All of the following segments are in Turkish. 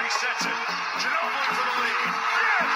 resets it. Ginobili for the lead. Yes!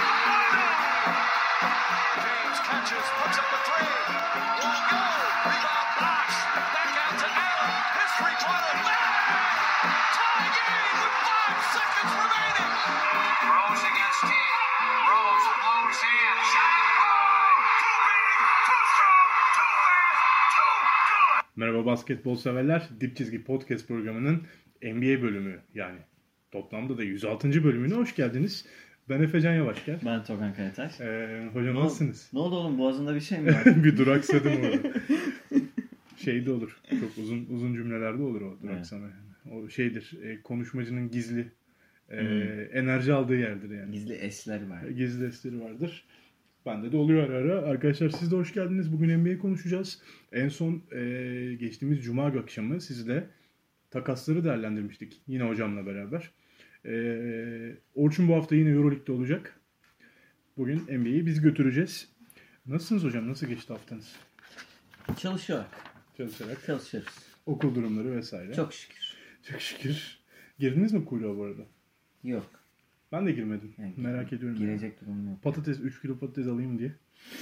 James catches, puts up a three. Won't go. Rebound box. Back out to Allen. His three-pointer. Tie game with 5 seconds remaining. Rose against T. Rose blows in. Shot. Too big, too strong, too fast, too good. Merhaba basketbol severler. Dip Çizgi Podcast programının NBA bölümü yani toplamda da 106. bölümüne hoş geldiniz. Ben Efecan Yavaşgel. Ben Togan Kayataş. Hocam nasılsınız? Ne oldu oğlum, boğazında bir şey mi var? Bir duraksadım orada. Şey de olur. Çok uzun cümlelerde olur o duraksama. Yani. O şeydir. Konuşmacının gizli enerji aldığı yerdir yani. Gizli esler var. Gizli esleri vardır. Bende de oluyor ara ara. Arkadaşlar siz de hoş geldiniz. Bugün NBA konuşacağız. En son geçtiğimiz Cuma akşamı sizle takasları değerlendirmiştik. Yine hocamla beraber. Orçun bu hafta yine Euroleague'de olacak. Bugün NBA'yi biz götüreceğiz. Nasılsınız hocam? Nasıl geçti haftanız? Çalışarak. Çalışıyoruz. Okul durumları vesaire. Çok şükür. Çok şükür. Girdiniz mi kuyruğa bu arada? Yok. Ben de girmedim. Yani merak ediyorum. Girecek durum yok. Patates, 3 kilo patates alayım diye.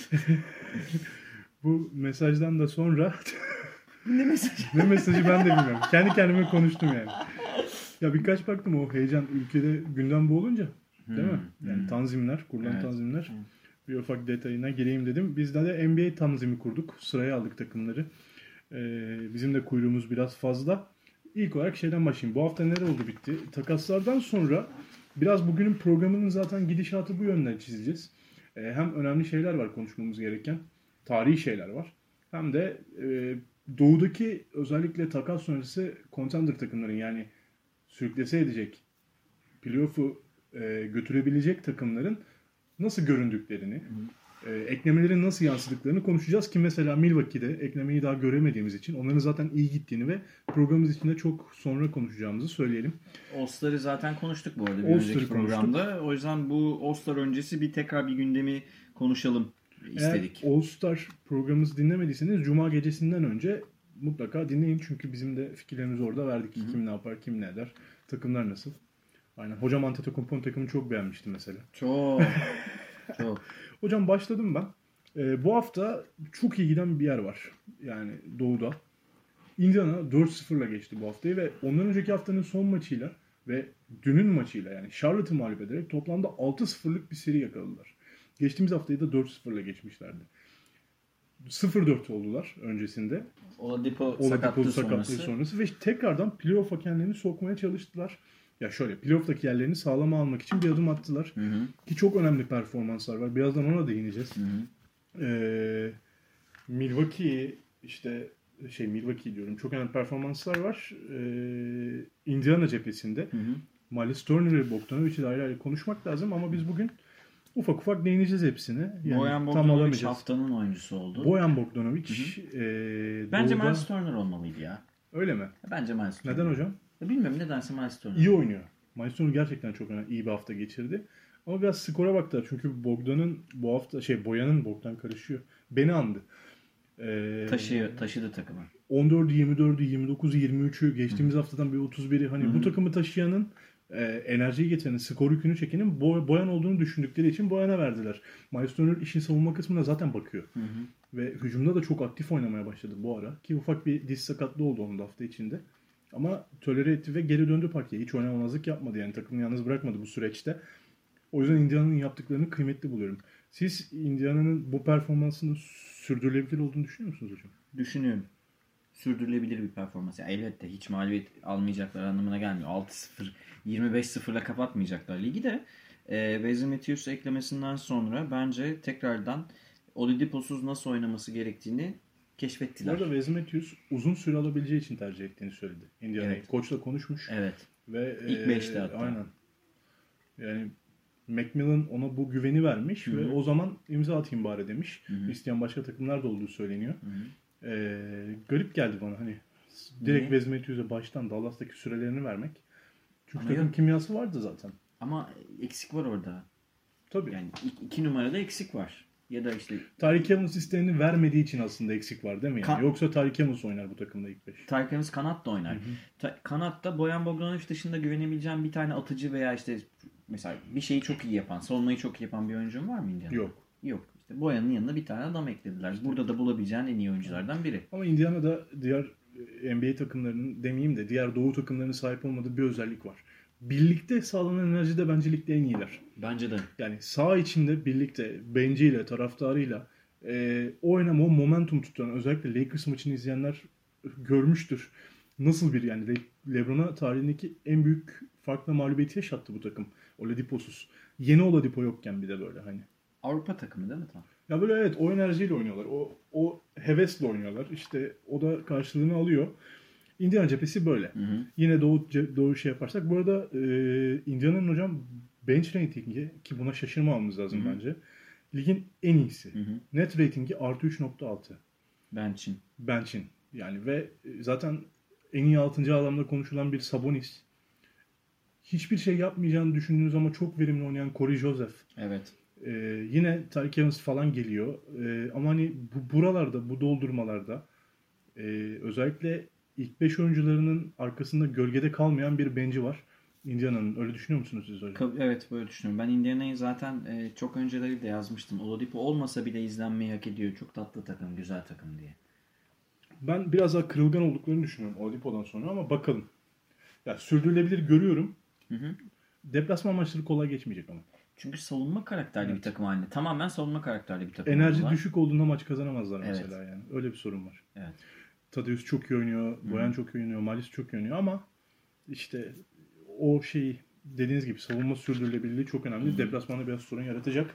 Bu mesajdan da sonra... Ne mesajı? Ne mesajı ben de bilmiyorum. Kendi kendime konuştum yani. Ya birkaç baktım o heyecan ülkede gündem bu olunca. Değil mi? Yani tanzimler, kurulan tanzimler. Bir ufak detayına gireyim dedim. Biz de NBA tanzimi kurduk. Sıraya aldık takımları. Bizim de kuyruğumuz biraz fazla. İlk olarak şeyden başlayayım. Bu hafta neler oldu bitti? Takaslardan sonra biraz bugünün programının zaten gidişatı bu yönden çizeceğiz. Hem önemli şeyler var konuşmamız gereken. Tarihi şeyler var. Hem de doğudaki özellikle takas sonrası contender takımların yani sürüklese edecek, playoff'u götürebilecek takımların nasıl göründüklerini, eklemelerin nasıl yansıdıklarını konuşacağız ki mesela Milwaukee'de eklemeyi daha göremediğimiz için onların zaten iyi gittiğini ve programımız içinde çok sonra konuşacağımızı söyleyelim. All-Star'ı zaten konuştuk bu arada bir önceki programda. O yüzden bu All-Star öncesi tekrar bir gündemi konuşalım istedik. Eğer All-Star programımızı dinlemediyseniz Cuma gecesinden önce mutlaka dinleyin. Çünkü bizim de fikirlerimizi orada verdik. Hı-hı. Kim ne yapar, kim ne eder, takımlar nasıl. Aynen. Hocam Antetokounmpo'nun takımını çok beğenmişti mesela. Çok. Hocam başladım ben. Bu hafta çok iyi giden bir yer var. Yani Doğu'da. Indiana 4-0'la geçti bu haftayı ve ondan önceki haftanın son maçıyla ve dünün maçıyla yani Charlotte'ı mağlup ederek toplamda 6-0'lık bir seri yakaladılar. Geçtiğimiz haftayı da 4-0'la geçmişlerdi. 0-4 oldular öncesinde. Oladipo sakatlığı sonrası ve tekrardan playoff kendilerini sokmaya çalıştılar. Ya şöyle playoff'taki yerlerini sağlama almak için bir adım attılar. Hı-hı. Ki çok önemli performanslar var. Birazdan ona değineceğiz. Milwaukee Milwaukee diyorum. Çok önemli performanslar var. Indiana cephesinde. Hı-hı. Miles Turner ve Bogdanovic'i de ayrı ayrı konuşmak lazım ama biz bugün ufak değineceğiz hepsine. Yani Bojan Bogdanovic haftanın oyuncusu oldu. Bojan Bogdanovic. Bence Miles Turner olmalıydı ya. Öyle mi? Bence Miles Turner. Neden hocam? Bilmiyorum nedense Miles Turner. İyi oynuyor. Miles Turner gerçekten çok iyi bir hafta geçirdi. Ama biraz skora baktılar. Çünkü Bogdan'ın bu hafta Bojan'ın Bogdan karışıyor. Beni andı. Taşıdı takımı. 14'ü, 24'ü, 29'u, 23'ü geçtiğimiz haftadan bir 31'i hani bu takımı taşıyanın enerjiyi getirenin, skor yükünü çekenin Bojan olduğunu düşündükleri için Bojan'a verdiler. Miles Turner işin savunma kısmına zaten bakıyor. Hı hı. Ve hücumda da çok aktif oynamaya başladı bu ara. Ki ufak bir diz sakatlığı oldu onun da hafta içinde. Ama tolere etti ve geri döndü parkeye. Hiç oynamamazlık yapmadı yani. Takımını yalnız bırakmadı bu süreçte. O yüzden Indiana'nın yaptıklarını kıymetli buluyorum. Siz Indiana'nın bu performansının sürdürülebilir olduğunu düşünüyor musunuz hocam? Düşünüyorum. Sürdürülebilir bir performans. Yani elbette hiç mağlubiyet almayacaklar anlamına gelmiyor. 6-0, 25-0'la kapatmayacaklar ligi de. Wesley Matthews eklemesinden sonra bence tekrardan Oladipo'suz nasıl oynaması gerektiğini keşfettiler. Orada Wesley Matthews uzun süre alabileceği için tercih ettiğini söyledi. Indiana'yı. Evet. Koçla konuşmuş. Evet. Ve İlk 5'te hatta. Aynen. Yani Macmillan ona bu güveni vermiş. Hı-hı. Ve o zaman imza atayım bari demiş. Hı-hı. İsteyen başka takımlar da olduğu söyleniyor. Garip geldi bana hani. Direkt Wesley Matthews'e baştan Dallas'taki sürelerini vermek. Çünkü takım kimyası vardı zaten. Ama eksik var orada. Tabii. Yani 2 numarada eksik var. Ya da işte Tyreek Evans isteğini vermediği için aslında eksik var değil mi? Yani? Ka- Yoksa Tyreek Evans oynar bu takımda ilk 5. Tyreek Evans kanat da oynar. Kanatta Bojan Bogdanovic dışında güvenebileceğim bir tane atıcı veya işte mesela bir şeyi çok iyi yapan, savunmayı çok iyi yapan bir oyuncun var mı Indiana'da? Yok. Yok. İşte Boyan'ın yanına bir tane adam eklediler. Burada da bulabileceğin en iyi oyunculardan biri. Ama Indiana'da diğer NBA takımlarının demeyeyim de diğer doğu takımlarının sahip olmadığı bir özellik var. Birlikte sağlanan enerjide bence ligde en iyiler. Bence de. Yani saha içinde birlikte benciyle, taraftarıyla oynama, o momentum tutan, özellikle Lakers maçını izleyenler görmüştür. Nasıl bir yani LeBron'a tarihindeki en büyük farkla mağlubiyeti yaşattı bu takım. Oladipo'suz. Yeni Oladipo yokken bir de böyle hani. Avrupa takımı değil mi tam? Ya böyle evet o enerjiyle oynuyorlar. O hevesle oynuyorlar. İşte o da karşılığını alıyor. Indiana cephesi böyle. Hı. Yine doğu şey yaparsak. Bu arada Indiana'nın hocam bench ratingi ki buna şaşırmamamız lazım bence. Ligin en iyisi. Net ratingi artı 3.6. Bench'in. Yani ve zaten en iyi 6. adamda konuşulan bir Sabonis. Hiçbir şey yapmayacağını düşündüğünüz ama çok verimli oynayan Corey Joseph. Evet. Yine Tyreek Evans falan geliyor. Ama hani buralarda, bu doldurmalarda özellikle ilk 5 oyuncularının arkasında gölgede kalmayan bir benci var. Indiana'nın. Öyle düşünüyor musunuz siz hocam? Evet böyle düşünüyorum. Ben Indiana'yı zaten çok önceleri de yazmıştım. Oladipo olmasa bile izlenmeyi hak ediyor. Çok tatlı takım, güzel takım diye. Ben biraz daha kırılgan olduklarını düşünüyorum Oladipo'dan sonra ama bakalım. Ya sürdürülebilir görüyorum. Deplasman maçları kolay geçmeyecek ama. Çünkü savunma karakterli bir takım haline. Tamamen savunma karakterli bir takım. Enerji oldular. düşük olduğunda maç kazanamazlar Evet. mesela yani. Öyle bir sorun var. Evet. Tadeusz çok iyi oynuyor, Bojan çok iyi oynuyor, Malis çok iyi oynuyor ama işte o şeyi dediğiniz gibi savunma sürdürülebilirliği çok önemli. Deplasmanda biraz sorun yaratacak.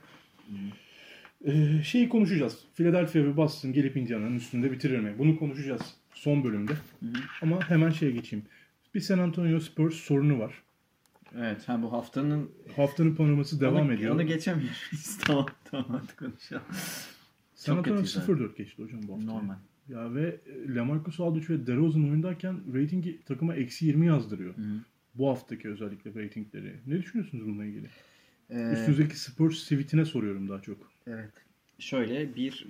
Şeyi konuşacağız. Philadelphia ve Boston gelip Indiana'nın üstünde bitirir mi? Bunu konuşacağız son bölümde. Ama hemen şeye geçeyim. Bir San Antonio Spurs sorunu var. Evet. Bu haftanın Haftanın devam ediyor. Onu geçemiyoruz. tamam hadi konuşalım. San Antonio kötü 0-4 geçti hocam bu hafta. Normal. Ya ve LaMarcus Aldridge ve DeRozan oyundayken ratingi takıma -20 yazdırıyor. Bu haftaki özellikle ratingleri. Ne düşünüyorsunuz bununla ilgili? Üstünüzdeki Spurs sivitine soruyorum daha çok. Evet. Şöyle bir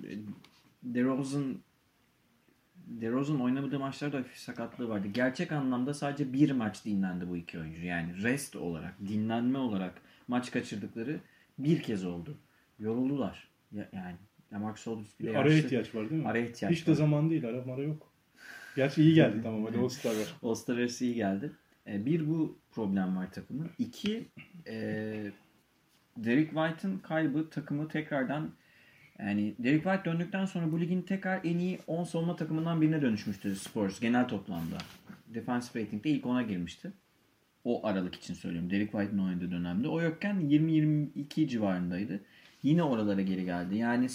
DeRozan oynamadığı maçlarda hafif sakatlığı vardı. Gerçek anlamda sadece bir maç dinlendi bu iki oyuncu. Yani rest olarak, dinlenme olarak maç kaçırdıkları bir kez oldu. Yoruldular. Yani Marcus Aldridge bile Araya yaşlı. ihtiyaç var değil mi? Araya ihtiyaç Hiç de var. zaman değil. Ara yok. Gerçi iyi geldi tamam hadi All-Star var. All-Star arası iyi geldi. Bir bu problem var takımın. İki Derek White'ın kaybı takımı tekrardan yani Derek White döndükten sonra bu ligin tekrar en iyi 10 savunma takımından birine dönüşmüştü Spurs genel toplamda. Defensive rating'de ilk 10'a girmişti. O aralık için söylüyorum. Derek White'ın oynadığı dönemde. O yokken 20-22 civarındaydı. Yine oralara geri geldi. Yani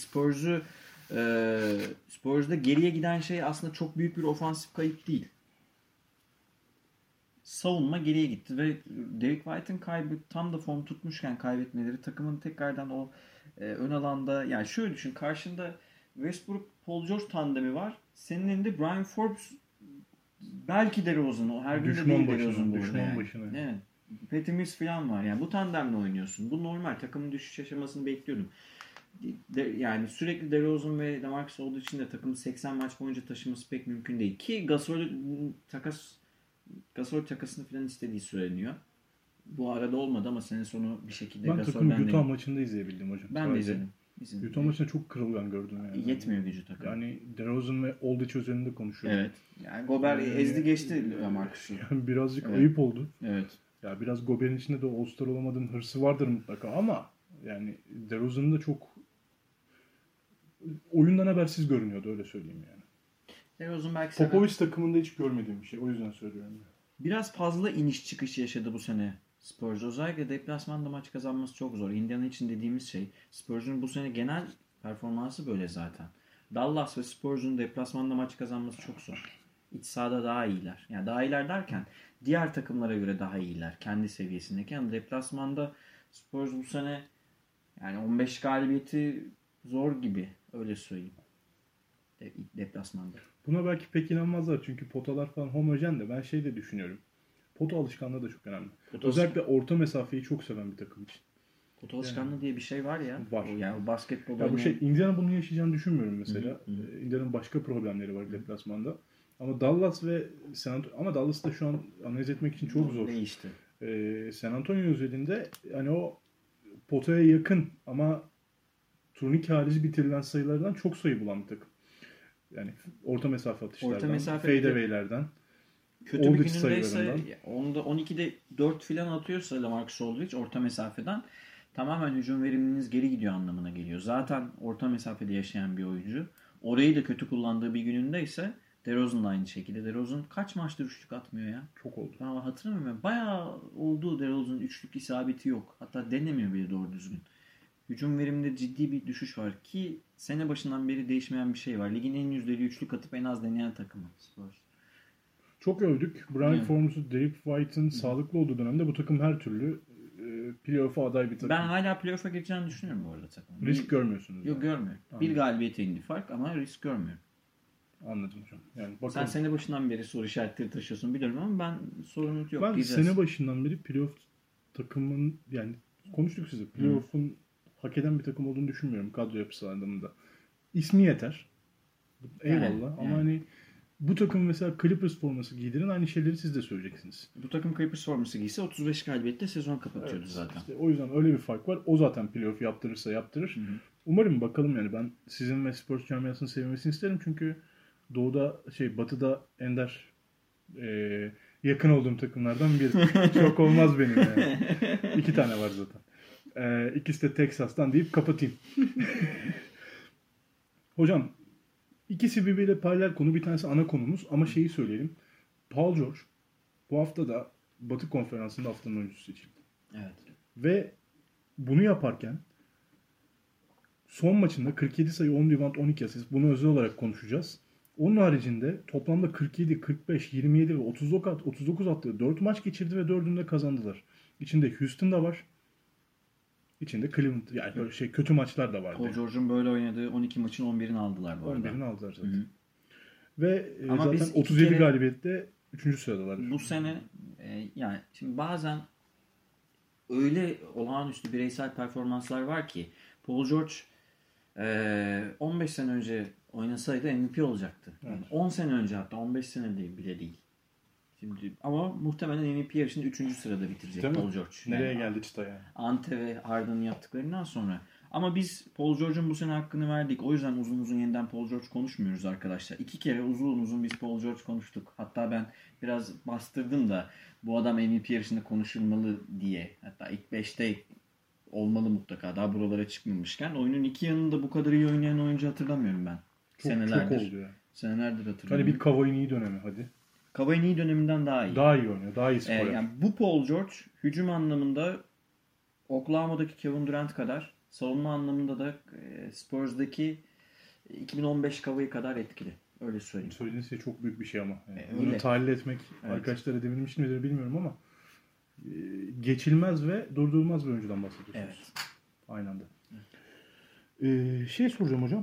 Spurs'da geriye giden şey aslında çok büyük bir ofansif kayıp değil. Savunma geriye gitti ve Derek White'ın kaybı tam da form tutmuşken kaybetmeleri takımın tekrardan o ön alanda yani şöyle düşün karşında Westbrook Paul George tandemi var. Senin elinde Brian Forbes belki DeRozan o her gün de değil DeRozan bu arada yani. Evet. Patty Mills falan var. Yani bu tandemle oynuyorsun. Bu normal. Takımın düşüş yaşamasını bekliyordum. Yani sürekli DeRozan ve LaMarcus olduğu için de takımı 80 maç boyunca taşıması pek mümkün değil. Ki Gasol takasını falan istediği söyleniyor. Bu arada olmadı ama sene sonu bir şekilde Ben Gasol'den takımı Utah maçında izleyebildim hocam. Ben de izledim. Utah maçında çok kırılgan gördüm yani. Yetmiyor gücü takım. Yani DeRozan ve Aldridge üzerinde konuşuyorum. Evet. Yani Gobert ezdi geçti LaMarcus'u. Yani birazcık ayıp oldu. Evet. Ya biraz Gobert'in içinde de All-Star olamadığın hırsı vardır mutlaka ama yani DeRozan'ın da çok oyundan habersiz görünüyordu öyle söyleyeyim yani. DeRozan belki Popovich takımında hiç görmediğim bir şey. O yüzden söylüyorum. Biraz fazla iniş çıkış yaşadı bu sene Spurs. Özellikle deplasmanda maç kazanması çok zor. Indiana için dediğimiz şey. Spurs'un bu sene genel performansı böyle zaten. Dallas ve Spurs'un deplasmanda maç kazanması çok zor. İç sahada daha iyiler. Yani daha iyiler derken diğer takımlara göre daha iyiler. Kendi seviyesindeki. Ama deplasmanda Spurs bu sene yani 15 galibiyeti zor gibi. Öyle söyleyeyim. Deplasmanda. Buna belki pek inanmazlar çünkü potalar falan homojen de ben şey de düşünüyorum. Pota alışkanlığı da çok önemli. Özellikle orta mesafeyi çok seven bir takım için. Pot alışkanlığı diye bir şey var ya. Var. Yani o basketbol Ya bu oynayan- Indiana bunu yaşayacağını düşünmüyorum mesela. Hı hı. Indiana'nın başka problemleri var deplasmanda. Ama Dallas ve San Antonio, ama Dallas'ı da şu an analiz etmek için çok zor. Değişti. San Antonio özelinde hani o potaya yakın ama turnike harici bitirilen sayılardan çok sayı bulan bir takım. Yani orta mesafe atışlardan, Orta mesafe fadeaway'lerden, Kötü bir Aldridge günündeyse sayılarından. onda 12'de 4 falan atıyorsa LaMarcus Aldridge orta mesafeden tamamen hücum verimliliğiniz geri gidiyor anlamına geliyor. Zaten orta mesafede yaşayan bir oyuncu. Orayı da kötü kullandığı bir günündeyse DeRozan da aynı şekilde. DeRozan kaç maçtır üçlük atmıyor ya? Çok oldu. Ben hatırlamıyorum. Bayağı oldu DeRozan'ın üçlük isabeti yok. Hatta denemiyor bile doğru düzgün. Hücum veriminde ciddi bir düşüş var ki sene başından beri değişmeyen bir şey var. Ligin en yüzdeli üçlük atıp en az deneyen takımı Spurs. Çok övdük. Brian Evet. Forms'u, Derek White'ın sağlıklı olduğu dönemde bu takım her türlü playoff'a aday bir takım. Ben hala playoff'a geçeceğini düşünüyorum bu arada takımın. Risk görmüyorsunuz. Yok yani. görmüyorum. Anladım. Bir galibiyete indi fark ama risk görmüyorum. Anladım hocam. Yani Sen bakalım. sene başından beri soru işaretleri taşıyorsun biliyorum ama ben sorun yok. Ben gireceğiz. sene başından beri playoff takımın, yani konuştuk size, playoff'un hak eden bir takım olduğunu düşünmüyorum kadro yapısı anlamında. İsmi yeter. Eyvallah. Yani, Ama yani. hani bu takım mesela Clippers forması giydirin, aynı şeyleri siz de söyleyeceksiniz. Bu takım Clippers forması giyse 35 galibiyetle sezon kapatıyordu Evet, zaten. işte o yüzden öyle bir fark var. O zaten playoff yaptırırsa yaptırır. Hı hı. Umarım, bakalım yani. Ben sizin ve Spurs camiasını sevmesini isterim çünkü Doğu'da Batı'da ender yakın olduğum takımlardan biri. Çok olmaz benim yani. 2 tane var zaten. İkisi de Texas'tan deyip kapatayım. Hocam, ikisi birbiriyle paralel konu. Bir tanesi ana konumuz ama şeyi söyleyelim. Paul George bu hafta da Batı Konferansı'nda haftanın oyuncusu seçildi. Evet. Ve bunu yaparken son maçında 47 sayı, 10 rebound, 12 asist. Bunu özel olarak konuşacağız. Onun haricinde toplamda 47, 45, 27 ve 39 attığı 4 maç geçirdi ve 4'ünde kazandılar. İçinde Houston da var. İçinde Cleveland, yani böyle kötü maçlar da vardı. Paul George'un böyle oynadığı 12 maçın 11'ini aldılar bu arada. 11'ini aldılar zaten. Hı hı. Ve Ama zaten biz iki 37 kere- galibiyette 3. sıradalar. Bu sene yani şimdi bazen öyle olağanüstü bireysel performanslar var ki Paul George 15 sene önce oynasaydı MVP olacaktı. Yani Evet. 10 sene önce, hatta 15 sene değil, bile değil. Şimdi ama muhtemelen MVP yarışında 3. sırada bitirecek Değil mi? Paul George. Nereye Yani geldi çıta yani? Ante ve Harden'ın yaptıklarından sonra. Ama biz Paul George'un bu sene hakkını verdik. O yüzden uzun uzun yeniden Paul George konuşmuyoruz arkadaşlar. 2 kere uzun uzun biz Paul George konuştuk. Hatta ben biraz bastırdım da bu adam MVP yarışında konuşulmalı diye. Hatta ilk 5'te olmalı mutlaka. Daha buralara çıkmamışken. Oyunun iki yanında bu kadar iyi oynayan oyuncu hatırlamıyorum ben. Çok oldu ya. Senelerdir hatırlamıyorum. Hani bir Kawhi'nin iyi dönemi hadi. Kawhi'nin iyi döneminden daha iyi. Daha iyi oynuyor. Daha iyi skorer. Yani bu Paul George hücum anlamında Oklahoma'daki Kevin Durant kadar, savunma anlamında da Spurs'daki 2015 Kawhi kadar etkili. Öyle söyleyeyim. Söylediğiniz şey çok büyük bir şey ama. Yani Öyle. bunu tahlil etmek Evet. arkadaşlar edebilmiş midir bilmiyorum ama geçilmez ve durdurulmaz bir oyuncudan bahsediyorsunuz. Evet. Aynı anda. Şey soracağım hocam.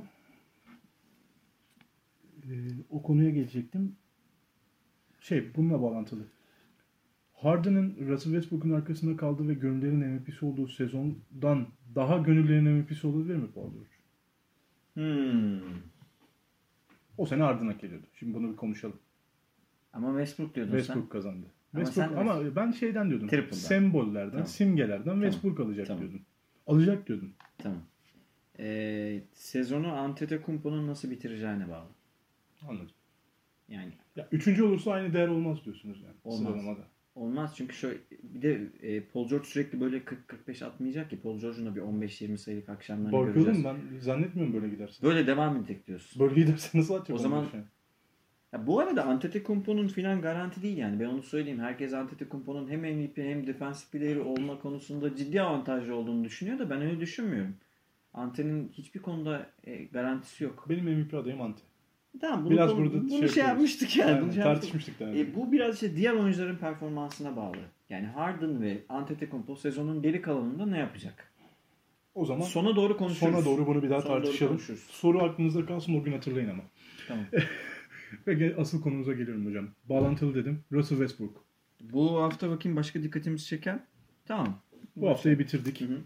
O konuya gelecektim. Bununla bağlantılı. Harden'ın Russell Westbrook'un arkasında kaldığı ve gönüllerin MVP'si olduğu sezondan daha gönüllerin MVP'si olabilir mi Paul George? O sene Harden hak ediyordu. Şimdi bunu bir konuşalım. Ama Westbrook diyordun Westbrook kazandı. Ama Westbrook, sen- ama ben şeyden diyordum. Triple'dan. Sembollerden, Tamam. simgelerden Westbrook alacak Tamam. diyordun. Alacak diyordun. sen. Tamam. Sezonu Antetokounmpo'nun nasıl bitireceğine bağlı. Anladım. Yani Ya, üçüncü olursa aynı değer olmaz diyorsunuz yani. Olmaz. Sıralamada. olmaz çünkü şöyle bir de Paul George sürekli böyle 40-45 atmayacak ki. Paul George'un da bir 15-20 sayılık akşamlarını göreceğiz. Bakıyorum, ben zannetmiyorum böyle giderse. Böyle devam edecek diyorsun. Böyle giderse nasıl atacak? O zaman- 15 yani? Ya bu arada Antetokounmpo'nun filan garanti değil yani. Ben onu söyleyeyim. Herkes Antetokounmpo'nun hem MVP hem defensive player olma konusunda ciddi avantajlı olduğunu düşünüyor da ben öyle düşünmüyorum. Ante'nin hiçbir konuda garantisi yok. Benim MVP adayım Ante. Tamam bunu, Biraz bunu, burada bunu şey şey yapıyoruz. yapmıştık yani. Aynen, Bunu şey yapmıştık. tartışmıştık da. Yani. Bu biraz diğer oyuncuların performansına bağlı. Yani Harden ve Antetokounmpo sezonun geri kalanında ne yapacak? O zaman Sona doğru konuşuruz. sona doğru bunu bir daha Sona doğru tartışalım. konuşuruz. Soru aklınızda kalsın, o gün hatırlayın ama. Tamam. Ve asıl konumuza geliyorum hocam. Bağlantılı dedim. Russell Westbrook. Bu hafta bakayım başka dikkatimizi çeken. Tamam. Bu haftayı bitirdik. Hı hı.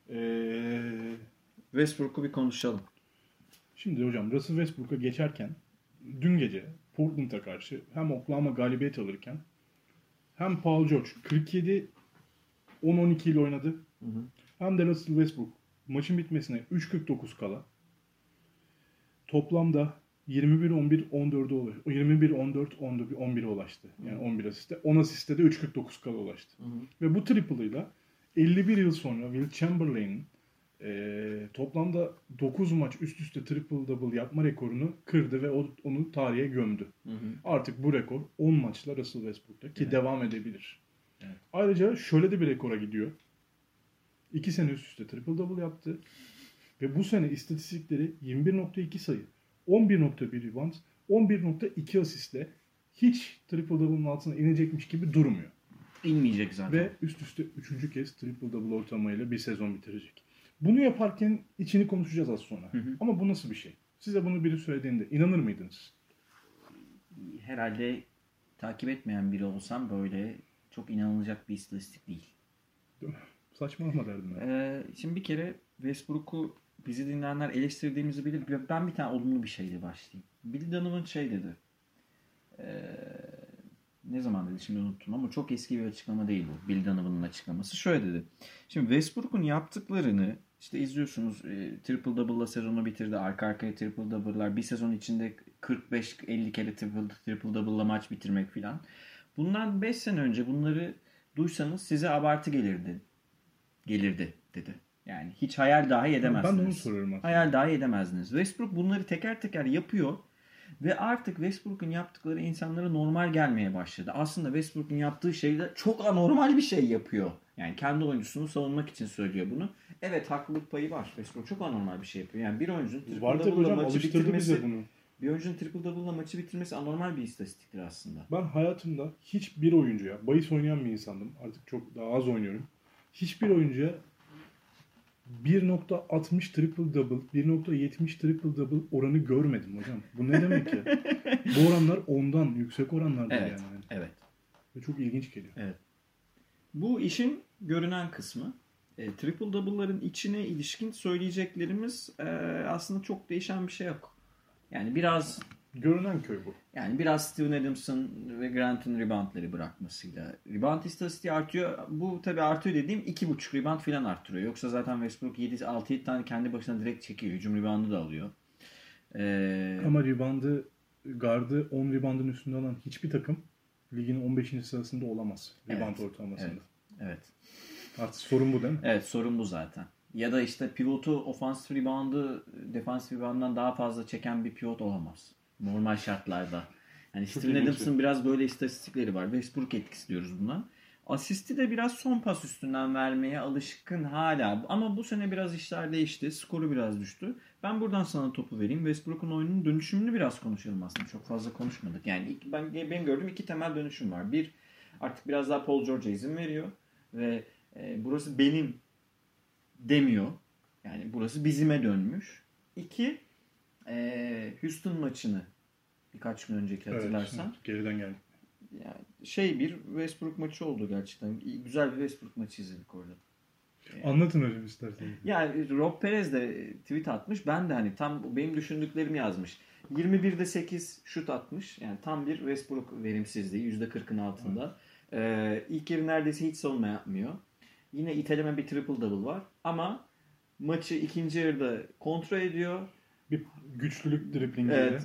Westbrook'u bir konuşalım. Şimdi hocam Russell Westbrook'a geçerken dün gece Portland'a karşı hem Oklahoma galibiyet alırken hem Paul George 47-10-12 ile oynadı. Hem de Russell Westbrook maçın bitmesine 3.49 kala toplamda 21-11-14'e 21-14-11'e ulaştı. Yani 11 asiste. 10 asiste de 3.49 kala ulaştı. Ve bu triple'ıyla 51 yıl sonra Will Chamberlain'in toplamda 9 maç üst üste triple double yapma rekorunu kırdı ve onu tarihe gömdü. Artık bu rekor 10 maçla Russell Westbrook'ta ki devam edebilir. Evet. Ayrıca şöyle de bir rekora gidiyor. 2 sene üst üste triple double yaptı. Ve bu sene istatistikleri 21.2 sayı, 11.1 rebound, 11.2 asistle hiç triple double'ın altına inecekmiş gibi durmuyor. İnmeyecek zaten. Ve üst üste 3. kez triple double ortalamayla bir sezon bitirecek. Bunu yaparken içini konuşacağız az sonra. Ama bu nasıl bir şey? Size bunu biri söylediğinde inanır mıydınız? Herhalde takip etmeyen biri olsam böyle çok inanılacak bir istatistik değil. Saçmalama derdim ben. Şimdi bir kere Westbrook'u bizi dinleyenler eleştirdiğimizi bilir. Ben bir tane olumlu bir şeyle başlayayım. Bill Donovan şey dedi. Ne zaman dedi şimdi unuttum ama çok eski bir açıklama değil bu. Bill Donovan'ın açıklaması. Şöyle dedi. Şimdi Westbrook'un yaptıklarını işte izliyorsunuz. Triple double'la sezonu bitirdi. Arka arkaya triple double'lar. Bir sezon içinde 45-50 kere triple double'la maç bitirmek filan. Bundan 5 sene önce bunları duysanız size abartı gelirdi dedi. Yani hiç hayal dahi edemezdiniz. Ben de onu soruyorum aslında. Hayal dahi edemezdiniz. Westbrook bunları teker teker yapıyor ve artık Westbrook'un yaptıkları insanlara normal gelmeye başladı. Aslında Westbrook'un yaptığı şeyde çok anormal bir şey yapıyor. Yani kendi oyuncusunu savunmak için söylüyor bunu. Evet, haklılık payı var. Westbrook çok anormal bir şey yapıyor. Yani bir oyuncunun triple double'la maçı bitirmesi, bir oyuncunun triple double'la maçı bitirmesi anormal bir istatistiktir aslında. Ben hayatımda hiçbir oyuncuya, bahis oynayan bir insandım. Artık çok daha az oynuyorum. Hiçbir oyuncuya 1.60 triple double, 1.70 triple double oranı görmedim hocam. Bu ne demek ya? Bu oranlar ondan yüksek oranlardır Evet, yani. evet. Ve çok ilginç geliyor. Evet. Bu işin görünen kısmı. Triple double'ların içine ilişkin söyleyeceklerimiz aslında çok değişen bir şey yok. Yani biraz Görünen köy bu. Yani biraz Steven Adams'ın ve Grant'ın reboundları bırakmasıyla. Rebound istatistiği artıyor. Bu tabii artıyor dediğim 2.5 rebound falan arttırıyor. Yoksa zaten Westbrook 6-7 tane kendi başına direkt çekiyor. Hücum reboundu da alıyor. Ama reboundı, gardı 10 reboundın üstünde alan hiçbir takım ligin 15. sırasında olamaz. Rebound ortalamasında. Evet. Artık sorun bu değil mi? Evet, sorun bu zaten. Ya da işte pivotu ofansif reboundu defansif rebounddan daha fazla çeken bir pivot olamaz. Normal şartlarda. Yani Steven Adams'ın biraz böyle istatistikleri var. Westbrook etkisi diyoruz buna. Asisti de biraz son pas üstünden vermeye alışkın hala. Ama bu sene biraz işler değişti. Skoru biraz düştü. Ben buradan sana topu vereyim. Westbrook'un oyunun dönüşümünü biraz konuşalım aslında. Çok fazla konuşmadık. Yani benim gördüğüm 2 temel dönüşüm var. Bir, artık biraz daha Paul George'a izin veriyor. Ve burası benim demiyor. Yani burası bizime dönmüş. 2, Houston maçını birkaç gün önceki hatırlarsan. Evet, geriden geldi. Yani bir Westbrook maçı oldu gerçekten. Güzel bir Westbrook maçı izledik orada. Anlatın hocam isterseniz. Yani Rob Perez de tweet atmış. Ben de hani tam benim düşündüklerimi yazmış. 21'de 8 şut atmış. Yani tam bir Westbrook verimsizliği. %40'ın altında. İlk yarı neredeyse hiç savunma yapmıyor. Yine iteleme bir triple double var. Ama maçı ikinci yarıda kontrol ediyor. Bir güçlülük driblingi. Evet.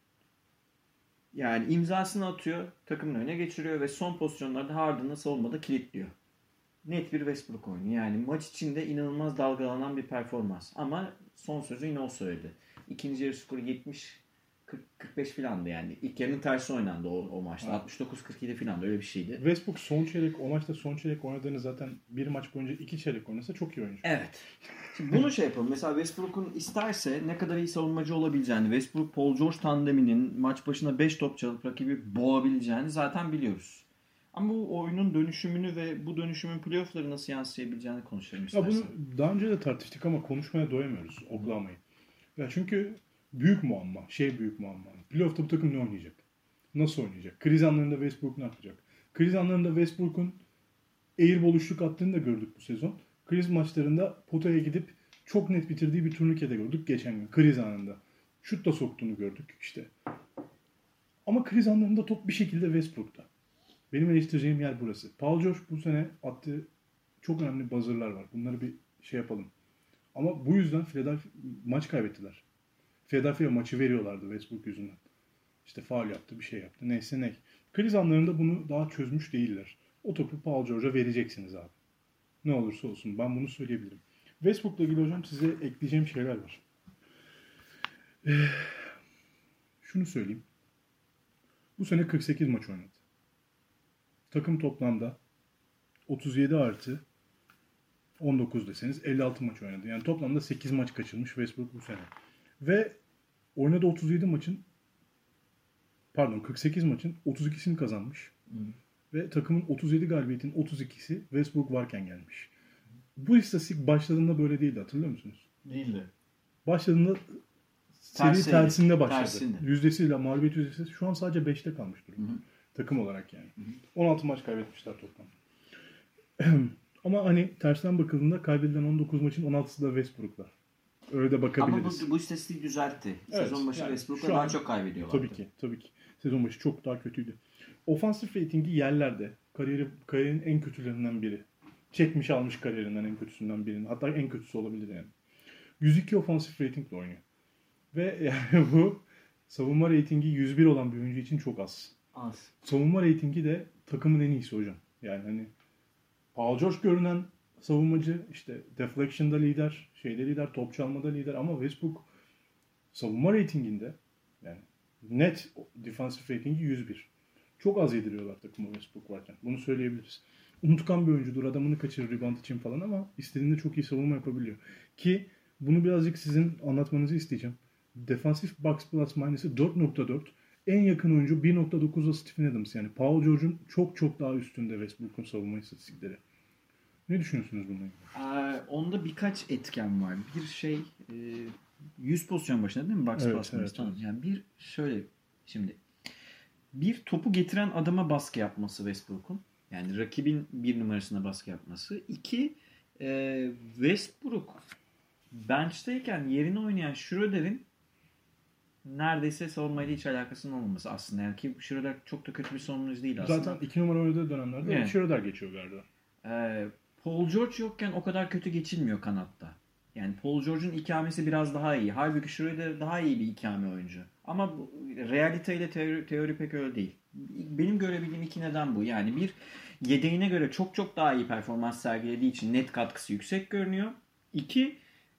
Yani imzasını atıyor, takımın önüne geçiriyor ve son pozisyonlarda Harden'ı savunmada kilitliyor. Net bir Westbrook oyunu. Yani maç içinde inanılmaz dalgalanan bir performans. Ama son sözü yine o söyledi. İkinci yarı skoru 45 filandı yani. İlk yarının tersi oynandı o maçta. 69-47 filandı, öyle bir şeydi. Westbrook o maçta son çeyrek oynadığını zaten bir maç boyunca 2 çeyrek oynasa çok iyi oyuncu. Evet. Şimdi bunu yapalım. Mesela Westbrook'un isterse ne kadar iyi savunmacı olabileceğini, Westbrook Paul George tandeminin maç başına 5 top çalıp rakibi boğabileceğini zaten biliyoruz. Ama bu oyunun dönüşümünü ve bu dönüşümün playoff'ları nasıl yansıyabileceğini konuşalım istersen. Ya bunu daha önce de tartıştık ama konuşmaya doyamıyoruz Oklahoma'yı. Ya çünkü büyük muamma. Büyük muamma. Playoff'ta bu takım ne oynayacak? Nasıl oynayacak? Kriz anlarında Westbrook ne yapacak? Kriz anlarında Westbrook'un airball üçlük attığını da gördük bu sezon. Kriz maçlarında potaya gidip çok net bitirdiği bir turnike gördük geçen gün. Kriz anında. Şut da soktuğunu gördük işte. Ama kriz anlarında top bir şekilde Westbrook'ta. Benim eleştireceğim yer burası. Paul George bu sene attığı çok önemli buzzer'lar var. Bunları bir şey yapalım. Ama bu yüzden Philadelphia maç kaybettiler. Philadelphia maçı veriyorlardı Westbrook yüzünden. İşte faul yaptı, bir şey yaptı. Neyse ne. Kriz anlarında bunu daha çözmüş değiller. O topu Paul George'a vereceksiniz abi. Ne olursa olsun. Ben bunu söyleyebilirim. Westbrook'la ilgili hocam size ekleyeceğim şeyler var. Şunu söyleyeyim. Bu sene 48 maç oynadı. Takım toplamda 37 artı 19 deseniz 56 maç oynadı. Yani toplamda 8 maç kaçırmış Westbrook bu sene. Ve oynadığı 48 maçın 32'sini kazanmış. Ve takımın 37 galibiyetin 32'si Westbrook varken gelmiş. Bu istatistik başladığında böyle değildi, hatırlıyor musunuz? Değildi. Başladığında seri tersinde başladı. Tersinde. Yüzdesiyle, mağlubiyet yüzdesi şu an sadece 5'te kalmış durumda. Takım olarak yani. 16 maç kaybetmişler toplam. Ama hani tersten bakıldığında kaybedilen 19 maçın 16'sı da Westbrook'la. Öyle de Ama bakabiliriz. bu istatistiği düzeltti. Evet, Sezon başı yani Westbrook'la şu daha an- çok kaybediyorlar. Tabii ki. Sezon başı çok daha kötüydü. Ofansif ratingi yerlerde. Kariyerin en kötülerinden biri. Çekmiş almış kariyerinden en kötüsünden birinin. Hatta en kötüsü olabilir yani. 102 ofansif ratingle oynuyor. Ve yani bu savunma ratingi 101 olan bir oyuncu için çok az. Az. Savunma ratingi de takımın en iyisi hocam. Yani hani Paul George görünen savunmacı, işte deflection'da lider, lider, top çalmada lider ama Westbrook savunma ratinginde yani net defensive ratingi 101. Çok az yediriyorlar takıma Westbrook varken. Bunu söyleyebiliriz. Unutkan bir oyuncudur. Adamını kaçırır rebound için falan ama istediğinde çok iyi savunma yapabiliyor. Ki bunu birazcık sizin anlatmanızı isteyeceğim. Defansif box plus minus'ı 4.4. En yakın oyuncu 1.9'da Stephen Adams. Yani Paul George'un çok çok daha üstünde Westbrook'un savunma istatistikleri. Ne düşünüyorsunuz bununla ilgili? Onda birkaç etken var. Bir şey 100 pozisyon başında değil mi? Box Evet, plus minus. evet, Tamam. evet. Yani bir şöyle şimdi bir topu getiren adama baskı yapması Westbrook'un. Yani rakibin bir numarasına baskı yapması. İki Westbrook bench'teyken yerine oynayan Schroeder'in neredeyse savunmayla hiç alakasının olmaması aslında. Yani ki Schroeder çok da kötü bir savunucu değil aslında. Zaten 2 numara oynadığı dönemlerde Evet. Schroeder geçiyor galiba. Paul George yokken o kadar kötü geçilmiyor kanatta. Yani Paul George'un ikamesi biraz daha iyi. Halbuki Schroeder daha iyi bir ikame oyuncu. Ama realiteyle teori pek öyle değil. Benim görebildiğim iki neden bu. Yani bir, yedeğine göre çok çok daha iyi performans sergilediği için net katkısı yüksek görünüyor. İki,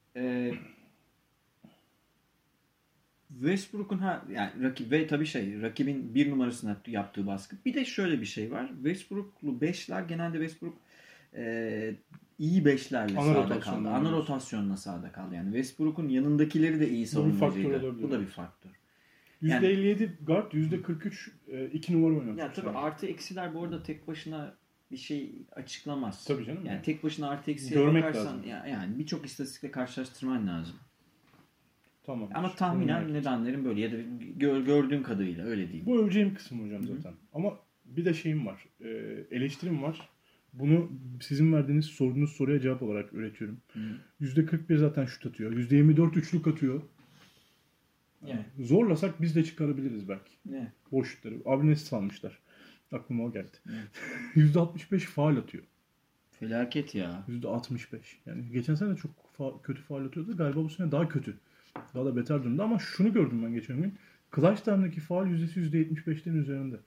Westbrook'un yani ve tabii rakibin bir numarasına yaptığı baskı. Bir de şöyle bir şey var. Westbrook'lu beşler genelde Westbrook iyi beşlerle sahada kaldı. Ana rotasyonla sahada kaldı. Yani Westbrook'un yanındakileri de iyi savunmacıydı. Bu da bir faktör. %57 guard, %43 2 numara oynamış. Ya tabii artı eksiler bu arada tek başına bir şey açıklamaz. Tabii canım. Yani tek başına artı eksiye Görmek bakarsan lazım. yani birçok istatistikle karşılaştırman lazım. Tamam. Ama tahminen nedenlerin böyle ya da gördüğüm kadarıyla öyle değil. Bu öveceğim kısım hocam zaten. Ama bir de şeyim var. Eleştirim var. Bunu sizin verdiğiniz sorduğunuz soruya cevap olarak üretiyorum. %41 zaten şut atıyor. %24 üçlük atıyor. Yani. Zorlasak biz de çıkarabiliriz belki. Ne? Boş şutları. Abinesi salmışlar. Aklıma o geldi. %65 faul atıyor. Felaket ya. %65. Yani geçen sene çok kötü faul atıyordu. Galiba bu sene daha kötü. Daha da beter durumda ama şunu gördüm ben geçen gün. Clutch time'daki faul yüzdesi %75'lerin üzerinde.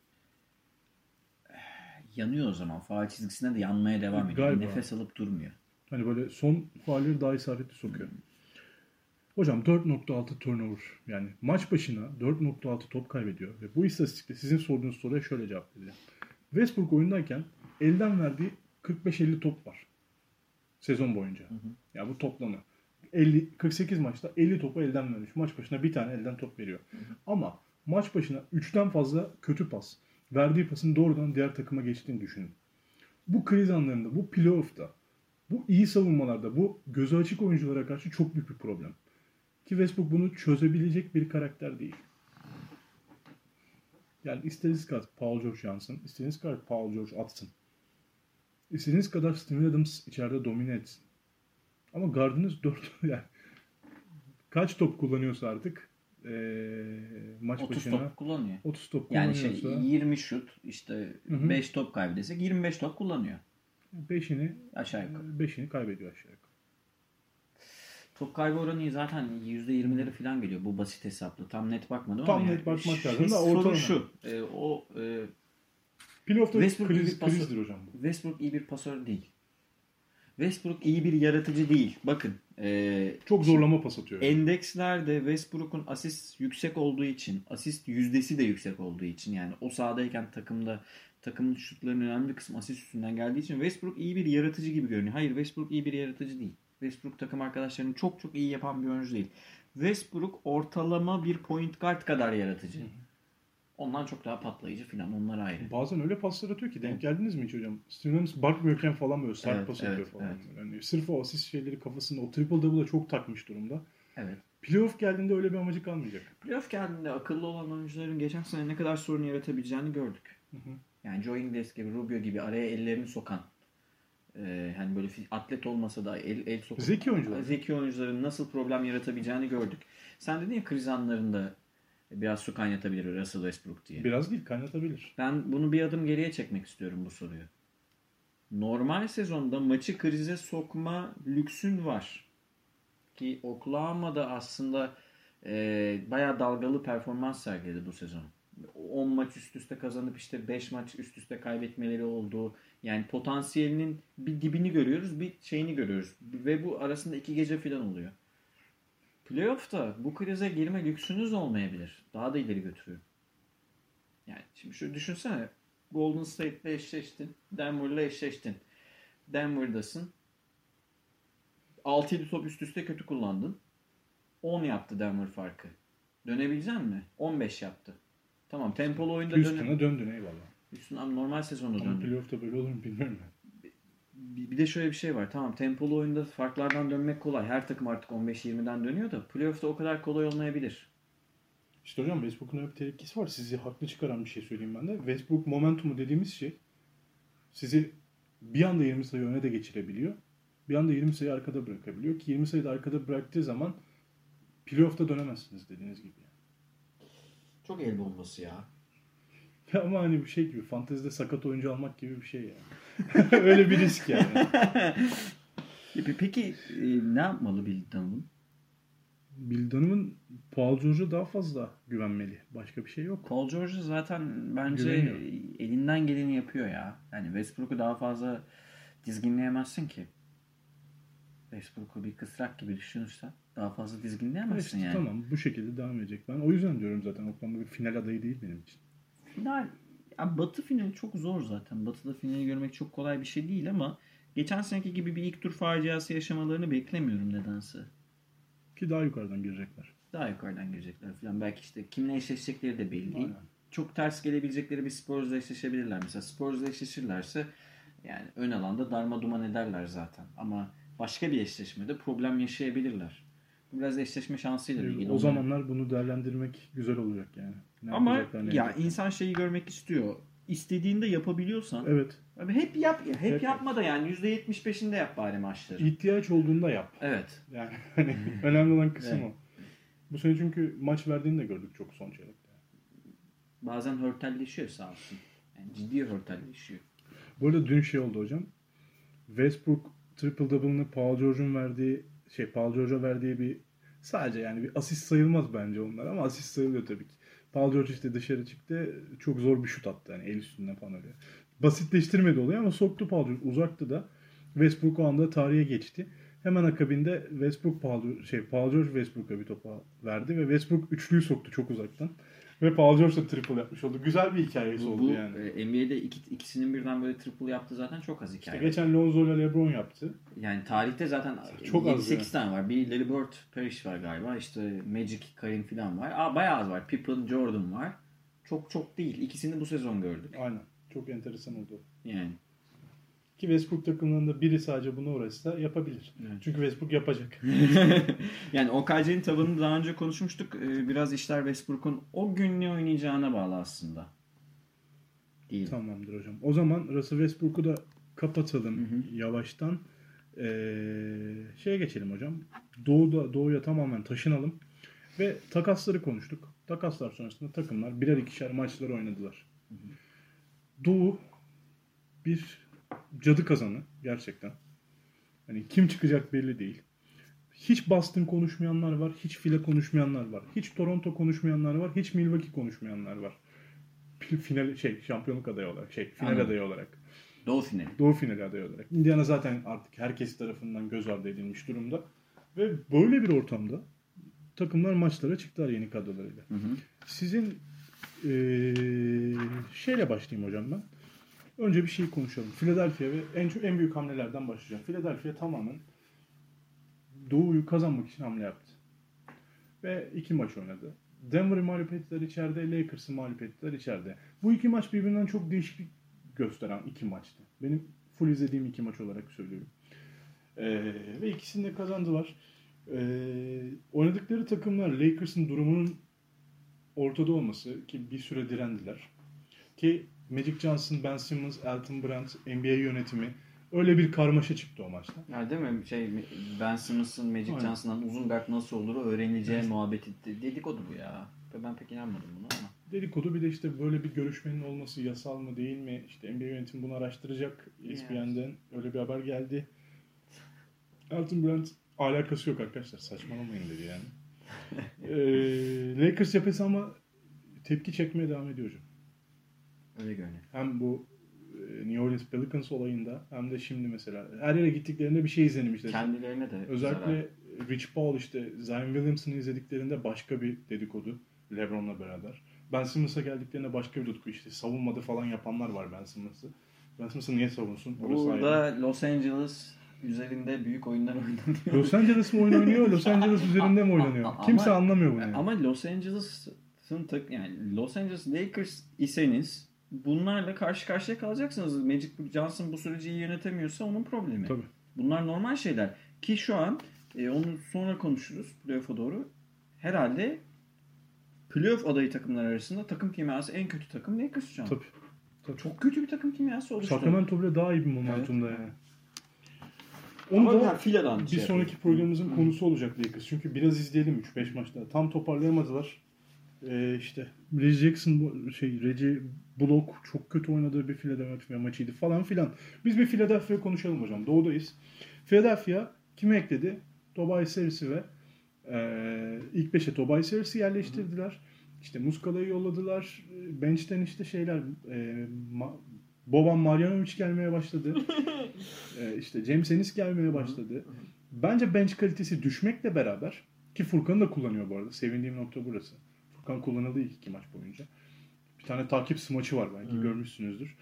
Yanıyor o zaman. Faul çizgisine de yanmaya devam ediyor. Galiba. Nefes alıp durmuyor. Hani böyle son faulleri daha isabetli sokuyor. Hocam 4.6 turnover. Yani maç başına 4.6 top kaybediyor. Ve bu istatistikte sizin sorduğunuz soruya şöyle cevap vereceğim. Westbrook oyundayken elden verdiği 45-50 top var. Sezon boyunca. Ya bu toplamı. 48 maçta 50 topu elden vermiş. Maç başına bir tane elden top veriyor. Ama maç başına 3'ten fazla kötü pas. Verdiği pasın doğrudan diğer takıma geçtiğini düşünün. Bu kriz anlarında, bu playoff'ta, bu iyi savunmalarda, bu gözü açık oyunculara karşı çok büyük bir problem. Ki Westbrook bunu çözebilecek bir karakter değil. Yani istediğiniz kadar Paul George yansın, istediğiniz kadar Paul George atsın. İstediğiniz kadar Steven Adams içeride domine etsin. Ama gardınız 4 yani kaç top kullanıyorsa artık maç 30 başına top kullanıyor. 30 top Yani kullanıyorsa 20 şut işte Hı hı. 5 top kaybedesek 25 top kullanıyor. 5'ini kaybediyor aşağı yukarı. Top kaybı oranı zaten %20'leri falan geliyor. Bu basit hesaplı. Tam net bakmadım Tam ama net bakmak lazım da sorun ortalama. şu. Playoff'ta Westbrook iyi bir pasör. krizdir hocam bu. Westbrook iyi bir pasör değil. Westbrook iyi bir yaratıcı değil. Bakın. Çok zorlama pas atıyor. Endekslerde Westbrook'un asist yüksek olduğu için, asist yüzdesi de yüksek olduğu için, yani o sahadayken takımın şutlarının önemli bir kısmı asist üstünden geldiği için Westbrook iyi bir yaratıcı gibi görünüyor. Hayır, Westbrook iyi bir yaratıcı değil. Westbrook takım arkadaşlarını çok çok iyi yapan bir oyuncu değil. Westbrook ortalama bir point guard kadar yaratıcı. Ondan çok daha patlayıcı falan, onlar ayrı. Bazen öyle paslar atıyor ki denk geldiniz mi hiç hocam? Steven Adams bakmıyorken falan böyle sert Evet, pas evet, atıyor falan. evet. Yani sırf o asist şeyleri kafasında o triple double'a çok takmış durumda. Evet. Playoff geldiğinde öyle bir amacı kalmayacak. Playoff geldiğinde akıllı olan oyuncuların geçen sene ne kadar sorun yaratabileceğini gördük. Hı hı. Yani Joe Ingles gibi, Rubio gibi araya ellerini sokan, hani böyle atlet olmasa da el sokan Zeki oyuncular. nasıl problem yaratabileceğini gördük. Sen dedin ya, kriz anlarında biraz su kaynatabilir Russell Westbrook diye. Biraz değil, kaynatabilir. Ben bunu bir adım geriye çekmek istiyorum, bu soruyu. Normal sezonda maçı krize sokma lüksün var. Ki Oklahoma'da aslında bayağı dalgalı performans sergiledi bu sezon. 10 maç üst üste kazanıp işte 5 maç üst üste kaybetmeleri oldu. Yani potansiyelinin bir dibini görüyoruz, bir şeyini görüyoruz. Ve bu arasında 2 gece falan oluyor. Playoff'ta bu krize girme lüksünüz olmayabilir. Daha da ileri götürüyor. Yani şimdi şöyle düşünsene. Golden State'le eşleştin. Denver'la eşleştin. Denver'dasın. 6-7 top üst üste kötü kullandın. 10 yaptı Denver farkı. Dönebilecek mi? 15 yaptı. Tamam, tempolu oyunda Houston'a döndün eyvallah. Houston ama normal sezonda Ama döndü. playoff'ta böyle olur mu bilmiyorum ben. Bir de şöyle bir şey var. Tamam, tempolu oyunda farklardan dönmek kolay. Her takım artık 15-20'den dönüyor da playoff'ta o kadar kolay olmayabilir. İşte hocam Westbrook'un öyle bir tehlikesi var. Sizi haklı çıkaran bir şey söyleyeyim ben de. Westbrook momentumu dediğimiz şey sizi bir anda 20 sayı öne de geçirebiliyor. Bir anda 20 sayı arkada bırakabiliyor ki 20 sayı da arkada bıraktığı zaman playoff'ta dönemezsiniz dediğiniz gibi. Çok el bombası ya. Ama hani bir şey gibi, fantezide sakat oyuncu almak gibi bir şey yani. Öyle bir risk yani. Peki ne yapmalı Bill Donovan? Bill Donovan Paul George'a daha fazla güvenmeli. Başka bir şey yok. Paul George zaten bence Güveniyor. elinden geleni yapıyor ya. Yani Westbrook'u daha fazla dizginleyemezsin ki. Westbrook'u bir kısrak gibi düşünürsen daha fazla dizginleyemezsin İşte yani. tamam, bu şekilde devam edecek. Ben o yüzden diyorum zaten Oklahoma bir final adayı değil benim için. Final, ya Batı finali çok zor zaten. Batı'da finali görmek çok kolay bir şey değil ama geçen seneki gibi bir ilk tur faciası yaşamalarını beklemiyorum nedense. Ki daha yukarıdan girecekler. Daha yukarıdan girecekler falan. Belki işte kimle eşleşecekleri de belli değil. Aynen. Çok ters gelebilecekleri bir Spurs'la eşleşebilirler. Mesela Spurs'la eşleşirlerse yani ön alanda darma duman ederler zaten. Ama başka bir eşleşmede problem yaşayabilirler. Bu biraz eşleşme şansıyla ilgili. O zamanlar bunu değerlendirmek güzel olacak yani. Ne ama yapacaklar, ne ya yapacaklar. insan şeyi görmek istiyor. İstediğinde yapabiliyorsan Evet. abi hep yap. Hep Hep yapma da yani %75'inde yap bari maçları. İhtiyaç olduğunda yap. Evet. Yani hani önemli olan kısım Evet. o. Bu sene çünkü maç verdiğini de gördük çok son çeyrekte. Bazen hörtelleşiyor sağ olsun. Yani ciddi hörtelleşiyor. Bu arada dün şey oldu hocam. Westbrook triple double'ını Paul George'a verdiği bir sadece yani bir asist sayılmaz bence onlar ama asist sayılıyor tabii ki. Paul George işte dışarı çıktı. Çok zor bir şut attı yani el üstünden falan öyle. Basitleştirmedi olayı ama soktu Paul George. Uzaktı da. Westbrook o anda tarihe geçti. Hemen akabinde Paul George Westbrook'a bir topa verdi ve Westbrook üçlüyü soktu çok uzaktan. Ve Paul George da triple yapmış oldu. Güzel bir hikayesi oldu yani. NBA'de ikisinin birden böyle triple yaptı zaten çok az hikaye. İşte geçen Lonzo ile LeBron yaptı. Yani tarihte zaten Çok az 7-8 tane var. Bir Larry Bird, Parrish var galiba. İşte Magic, Kareem falan var. Bayağı az var. Pippen, Jordan var. Çok değil. İkisini bu sezon gördük. Aynen. Çok enteresan oldu. Yani. Ki Westbrook takımlarında biri sadece buna uğraşsa yapabilir. Evet. Çünkü Westbrook yapacak. Yani OKC'nin tabanını daha önce konuşmuştuk. Biraz işler Westbrook'un o gün ne oynayacağına bağlı aslında. Değil. Tamamdır hocam. O zaman Russell Westbrook'u da kapatalım yavaştan. Şeye geçelim hocam. Doğuya tamamen taşınalım. Ve takasları konuştuk. Takaslar sonrasında takımlar birer ikişer maçları oynadılar. Doğu bir cadı kazanı gerçekten. Hani kim çıkacak belli değil. Hiç Boston konuşmayanlar var, hiç Philly konuşmayanlar var, hiç Toronto konuşmayanlar var, hiç Milwaukee konuşmayanlar var. Şampiyonluk adayı olarak, final adayı olarak. Doğu finali adayı olarak. Indiana zaten artık herkes tarafından göz ardı edilmiş durumda. Ve böyle bir ortamda takımlar maçlara çıktılar yeni kadrolarıyla. Sizin şeyle başlayayım hocam ben. Önce bir şey konuşalım. Philadelphia ve en büyük hamlelerden başlayacağım. Philadelphia tamamen Doğu'yu kazanmak için hamle yaptı. Ve 2 maç oynadı. Denver'ı mağlup ettiler içeride, Lakers'ı mağlup ettiler içeride. Bu 2 maç birbirinden çok değişiklik gösteren 2 maçtı. Benim full izlediğim 2 maç olarak söylüyorum. Ve ikisini de kazandılar. Oynadıkları takımlar Lakers'ın durumunun ortada olması ki bir süre direndiler. Ki Magic Johnson, Ben Simmons, Elton Brand, NBA yönetimi öyle bir karmaşa çıktı o maçta. Ya değil mi? Ben Simmons'ın Magic Johnson'dan uzun guard nasıl olur öğrenileceği muhabbeti dedikodu bu ya. Ben pek inanmadım buna ama. Dedikodu bir de işte böyle bir görüşmenin olması yasal mı değil mi? İşte NBA yönetimi bunu araştıracak. ESPN'den öyle bir haber geldi. Elton Brand alakası yok arkadaşlar. Saçmalamayın dedi yani. Lakers cephesi ama tepki çekmeye devam ediyor hocam. Öyle görünüyor. Hem bu New Orleans Pelicans olayında hem de şimdi mesela her yere gittiklerinde bir şey izlenmişler. Kendilerine de özellikle Rich Paul işte Zion Williamson'ı izlediklerinde başka bir dedikodu LeBron'la beraber. Ben Simmons'a geldiklerinde başka bir tutku işte savunmadı falan yapanlar var Ben Simmons'ı. Ben Simmons'ı niye savunsun? Burada ayrı. Los Angeles üzerinde büyük oyunlar oynanıyor. Los Angeles mi oyun oynuyor? Los Angeles üzerinde mi oynanıyor? Kimse anlamıyor bunu yani. Ama Los Angeles'ın yani Los Angeles Lakers iseniz bunlarla karşı karşıya kalacaksınız. Magic Johnson bu süreci iyi yönetemiyorsa onun problemi. Tabii. Bunlar normal şeyler. Ki şu an onu sonra konuşuruz playoff'a doğru. Herhalde playoff adayı takımlar arasında takım kimyası en kötü takım Lakers şu an. Tabii. Çok kötü bir takım kimyası oluştu. Sacramento bile daha iyi bir momentumda yani. Onu Onu da da bir sonraki programımızın konusu olacak Lakers. Çünkü biraz izleyelim 3-5 maçta. Tam toparlayamadılar. İşte Reggie Bullock çok kötü oynadığı bir Philadelphia maçıydı falan filan. Biz bir Philadelphia konuşalım hocam. Doğudayız. Philadelphia kimi ekledi? Tobias Harris'i ve ilk 5'e Tobias Harris'i yerleştirdiler. İşte Muscala'yı yolladılar. Bench'ten işte Boban Marjanovic gelmeye başladı. İşte James Ennis gelmeye başladı. Bence bench kalitesi düşmekle beraber ki Furkan'ı da kullanıyor bu arada. Sevindiğim nokta burası. Furkan kullanıldı ilk 2 maç boyunca. Bir tane takip smaçı var belki görmüşsünüzdür.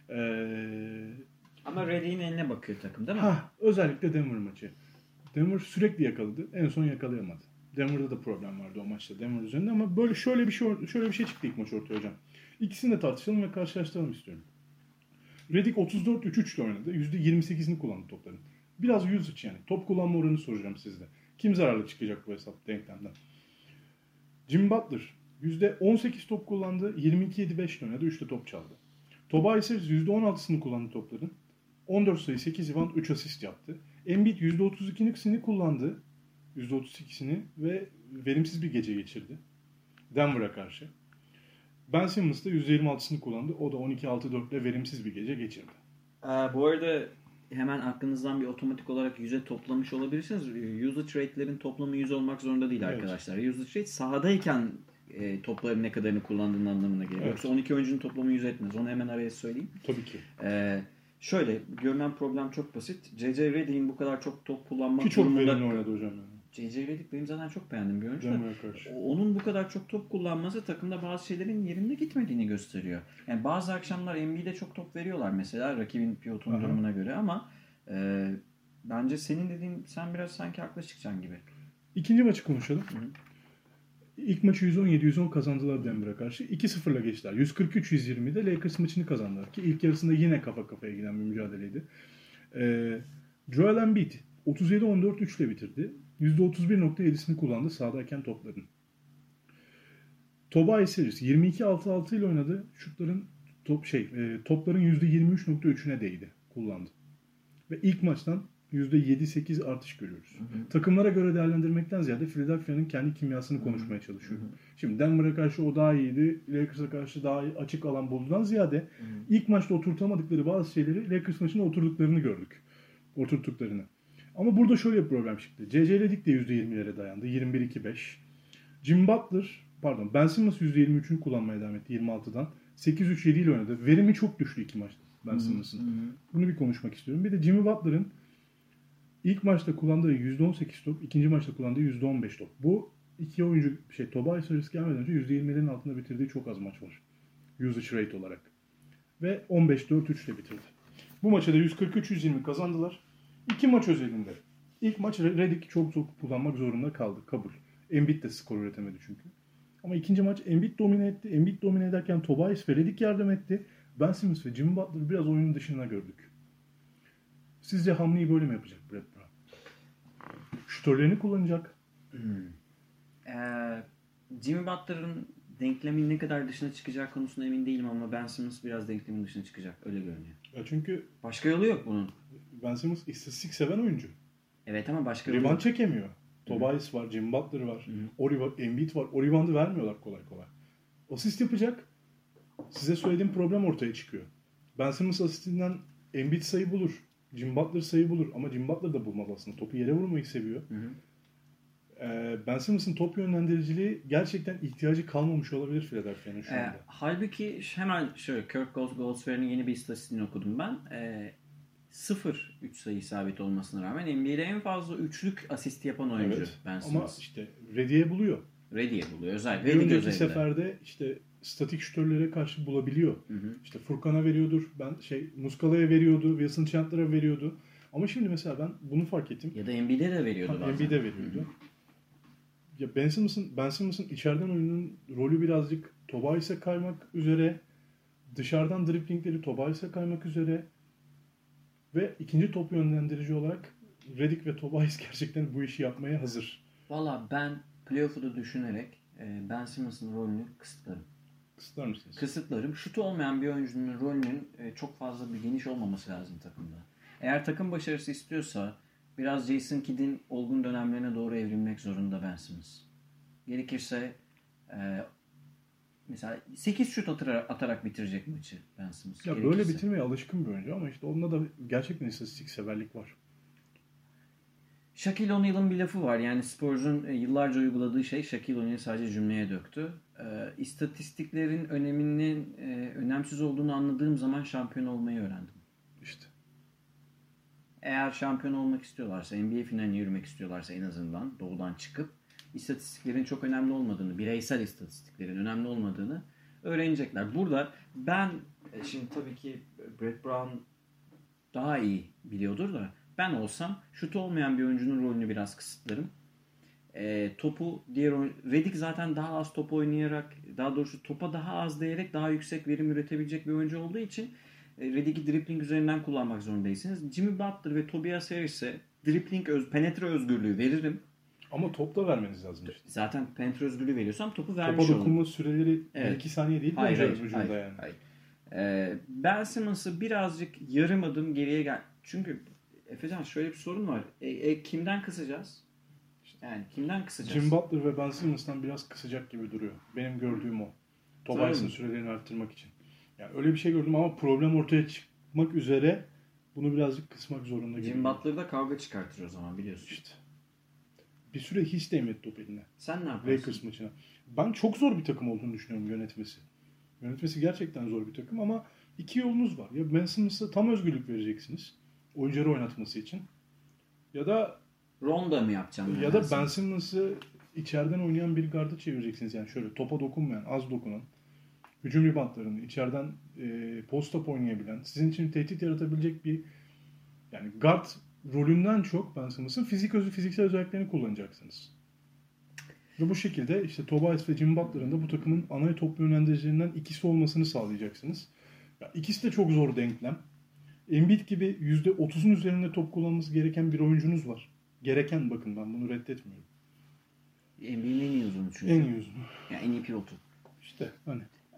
Ama Reddy'nin eline bakıyor takım değil mi? Özellikle Denver maçı. Denver sürekli yakaladı. En son yakalayamadı. Denver'da da problem vardı o maçta Denver üzerinde ama böyle şöyle bir şey çıktı ilk maç ortaya hocam. İkisini de tartışalım ve karşılaştıralım istiyorum. Redick 34-3-3 ile oynadı. %28'ini kullandı topların. Biraz usage yani. Top kullanma oranı soracağım sizde. Kim zararlı çıkacak bu hesap denklemden? Jim Butler %18 top kullandı. 22-7-5 ile oynadı. 3'te top çaldı. Tobias Harris %16'sını kullandı topların. 14 sayı 8 rebound 3 asist yaptı. Embiid %32'sini kullandı. %32'sini ve verimsiz bir gece geçirdi. Denver'a karşı. Ben Simmons da %26'sını kullandı. O da 12-6-4 ile verimsiz bir gece geçirdi. Bu arada hemen aklınızdan bir otomatik olarak 100'e toplamış olabilirsiniz. Usage rate'lerin toplamı 100 olmak zorunda değil arkadaşlar. Usage rate sahadayken topların ne kadarını kullandığının anlamına geliyor. Evet. Yoksa 12 oyuncunun toplamı 100 etmez. Onu hemen araya söyleyeyim. Tabii ki. Şöyle görünen problem çok basit. J.J. Redick'in bu kadar çok top kullanmak Ki çok verimli oynadı hocam. J.J. Redick benim zaten çok beğendim bir oyuncu. karşı. Onun bu kadar çok top kullanması takımda bazı şeylerin yerinde gitmediğini gösteriyor. Yani bazı akşamlar NBA'de çok top veriyorlar mesela rakibin pivotunun durumuna göre ama bence senin dediğin sen biraz sanki haklı çıkacaksın gibi. İkinci maçı konuşalım. İlk maçı 117-110 kazandılar Denver'a karşı. 2-0'la geçtiler. 143-120'de Lakers maçını kazandılar. Ki ilk yarısında yine kafa kafaya giden bir mücadeleydi. Joel Embiid 37-14-3 ile bitirdi. %31.7'sini kullandı sahadayken topların. Tobias Harris 22-6-6 ile oynadı. Şutların topların %23.3'üne değdi. kullandı. Ve ilk maçtan %7-8 artış görüyoruz. Takımlara göre değerlendirmekten ziyade Philadelphia'nın kendi kimyasını konuşmaya çalışıyorum. Şimdi Denver'a karşı o daha iyiydi. Lakers'a karşı daha açık alan bulduğundan ziyade ilk maçta oturtamadıkları bazı şeyleri Lakers maçında oturduklarını gördük. Oturttuklarını. Ama burada şöyle bir problem çıktı. C.J. Redick de %20'lere dayandı. 21-2-5. Ben Simmons %23'ünü kullanmaya devam etti 26'dan. 8-3-7 ile oynadı. Verimi çok düştü iki maçta Ben Simmons'ın. Bunu bir konuşmak istiyorum. Bir de Jimmy Butler'ın ilk maçta kullandığı %18 top, ikinci maçta kullandığı %15 top. Bu iki oyuncu Tobias Harris gelmeden önce %20'lerin altında bitirdiği çok az maç var. Usage rate olarak. Ve 15-4-3 ile bitirdi. Bu maçta da 143-120 kazandılar. İki maç özelinde. İlk maç Redick çok kullanmak zorunda kaldı. Kabul. Embiid de skor üretemedi çünkü. Ama ikinci maç Embiid domine etti. Embiid domine ederken Tobias ve Redick yardım etti. Ben Simmons ve Jimmy Butler biraz oyunun dışında gördük. Sizce hamleyi böyle mi yapacak Brett Brown? Şütörlerini kullanacak. Jimmy Butler'ın denklemin ne kadar dışına çıkacağı konusunda emin değilim ama Ben Simmons biraz denklemin dışına çıkacak. Öyle görünüyor. Ya çünkü Başka yolu yok bunun. Ben Simmons istatistik seven oyuncu. Evet ama başka yolu Rebound yok. çekemiyor. Tobias var, Jimmy Butler var, Embiid var. O reboundu vermiyorlar kolay kolay. Asist yapacak. Size söylediğim problem ortaya çıkıyor. Ben Simmons asistinden Embiid sayı bulur. Jimmy Butler sayı bulur. Ama Jimmy Butler da bulmaz aslında. Topu yere vurmayı seviyor. Ben Simmons'ın top yönlendiriciliği gerçekten ihtiyacı kalmamış olabilir Philadelphia'nın şu anda. Halbuki hemen şöyle Kirk Goldsberry'nin yeni bir istatistiğini okudum ben. 0 3 sayı isabeti olmasına rağmen NBA'de en fazla üçlük asist yapan oyuncu Evet. Ben Simmons. Ama işte Redick'e buluyor. Redick'e buluyor. Özellikle Bir Redick önceki özelinde. seferde işte statik şütörlere karşı bulabiliyor. İşte Furkan'a veriyordur. Muscala'ya veriyordu. Wilson Chandler'a veriyordu. Ama şimdi mesela ben bunu fark ettim. Ya da Embiid'e de veriyordu bazen. Embiid'e veriyordu. Ya Ben Simmons'ın içeriden oyunun rolü birazcık Tobias'a kaymak üzere. Dışarıdan driplingleri Tobias'a kaymak üzere. Ve ikinci top yönlendirici olarak Redick ve Tobias gerçekten bu işi yapmaya hazır. Valla ben playoff'u da düşünerek Ben Simmons'ın rolünü kısıtlarım. Kısıtlar mısınız? Kısıtlarım. Şutu olmayan bir oyuncunun rolünün çok fazla bir geniş olmaması lazım takımda. Eğer takım başarısı istiyorsa biraz Jason Kidd'in olgun dönemlerine doğru evrilmek zorunda Ben Simmons. Gerekirse mesela 8 şut atarak bitirecek maçı Ben Simmons. Ya Gerekirse. böyle bitirmeye alışkın bir oyuncu ama işte onda da gerçekten istatistik severlik var. Shaquille O'Neal'ın bir lafı var. Yani Spurs'un yıllarca uyguladığı şey Shaquille O'Neal sadece cümleye döktü. İstatistiklerin öneminin önemsiz olduğunu anladığım zaman şampiyon olmayı öğrendim. İşte. Eğer şampiyon olmak istiyorlarsa, NBA finaline yürümek istiyorlarsa en azından doğudan çıkıp istatistiklerin çok önemli olmadığını, bireysel istatistiklerin önemli olmadığını öğrenecekler. Burada ben şimdi tabii ki Brett Brown daha iyi biliyordur da ben olsam şutu olmayan bir oyuncunun rolünü biraz kısıtlarım. Topu Redick zaten daha az top oynayarak, daha doğrusu topa daha az değerek daha yüksek verim üretebilecek bir oyuncu olduğu için Redick'i dribbling üzerinden kullanmak zorundaysınız. Jimmy Butler ve Tobias Harris'e dribbling penetre özgürlüğü veririm. Ama top da vermeniz lazım işte. Zaten penetre özgürlüğü veriyorsam topu vermiş Topa olurum. dokunma süreleri Evet. 1-2 saniye değil Hayır. yani. Ben Simmons'ı birazcık yarım adım geriye gel. Çünkü Efecan şöyle bir sorun var. Kimden kısacağız? Yani kimden kısacağız? Jim Butler ve Ben Simmons'tan biraz kısacak gibi duruyor. Benim gördüğüm o. Tobias'ın Tabii. sürelerini arttırmak için. Yani öyle bir şey gördüm ama problem ortaya çıkmak üzere bunu birazcık kısmak zorunda gibi. Jim Butler da kavga çıkartır o zaman biliyorsun. İşte. Bir süre hiç değmedi top eline. Sen ne yaparsın? Lakers maçına. Ben çok zor bir takım olduğunu düşünüyorum yönetmesi. Yönetmesi gerçekten zor bir takım ama iki yolunuz var. Ya Ben Simmons'a tam özgürlük vereceksiniz. Oyuncuları oynatması için. Ya da Ronda mı yapacaksın? Ya da Ben Simmons'ı içeriden oynayan bir garda çevireceksiniz. Yani şöyle topa dokunmayan, az dokunan, hücum reboundlarını içeriden post-up oynayabilen, sizin için tehdit yaratabilecek bir yani guard rolünden çok Ben Simmons'ın fiziksel özelliklerini kullanacaksınız. Ve bu şekilde işte Tobias ve Jimmy Butler'ın da bu takımın ana top yönlendiricilerinden ikisi olmasını sağlayacaksınız. Ya ikisi de çok zor denklem. Embiid gibi %30'un üzerinde top kullanması gereken bir oyuncunuz var. Gereken bakın ben bunu reddetmiyorum. NBA'nin en iyi uzunu çünkü. En iyi uzun. Yani en iyi pivotu. İşte hani.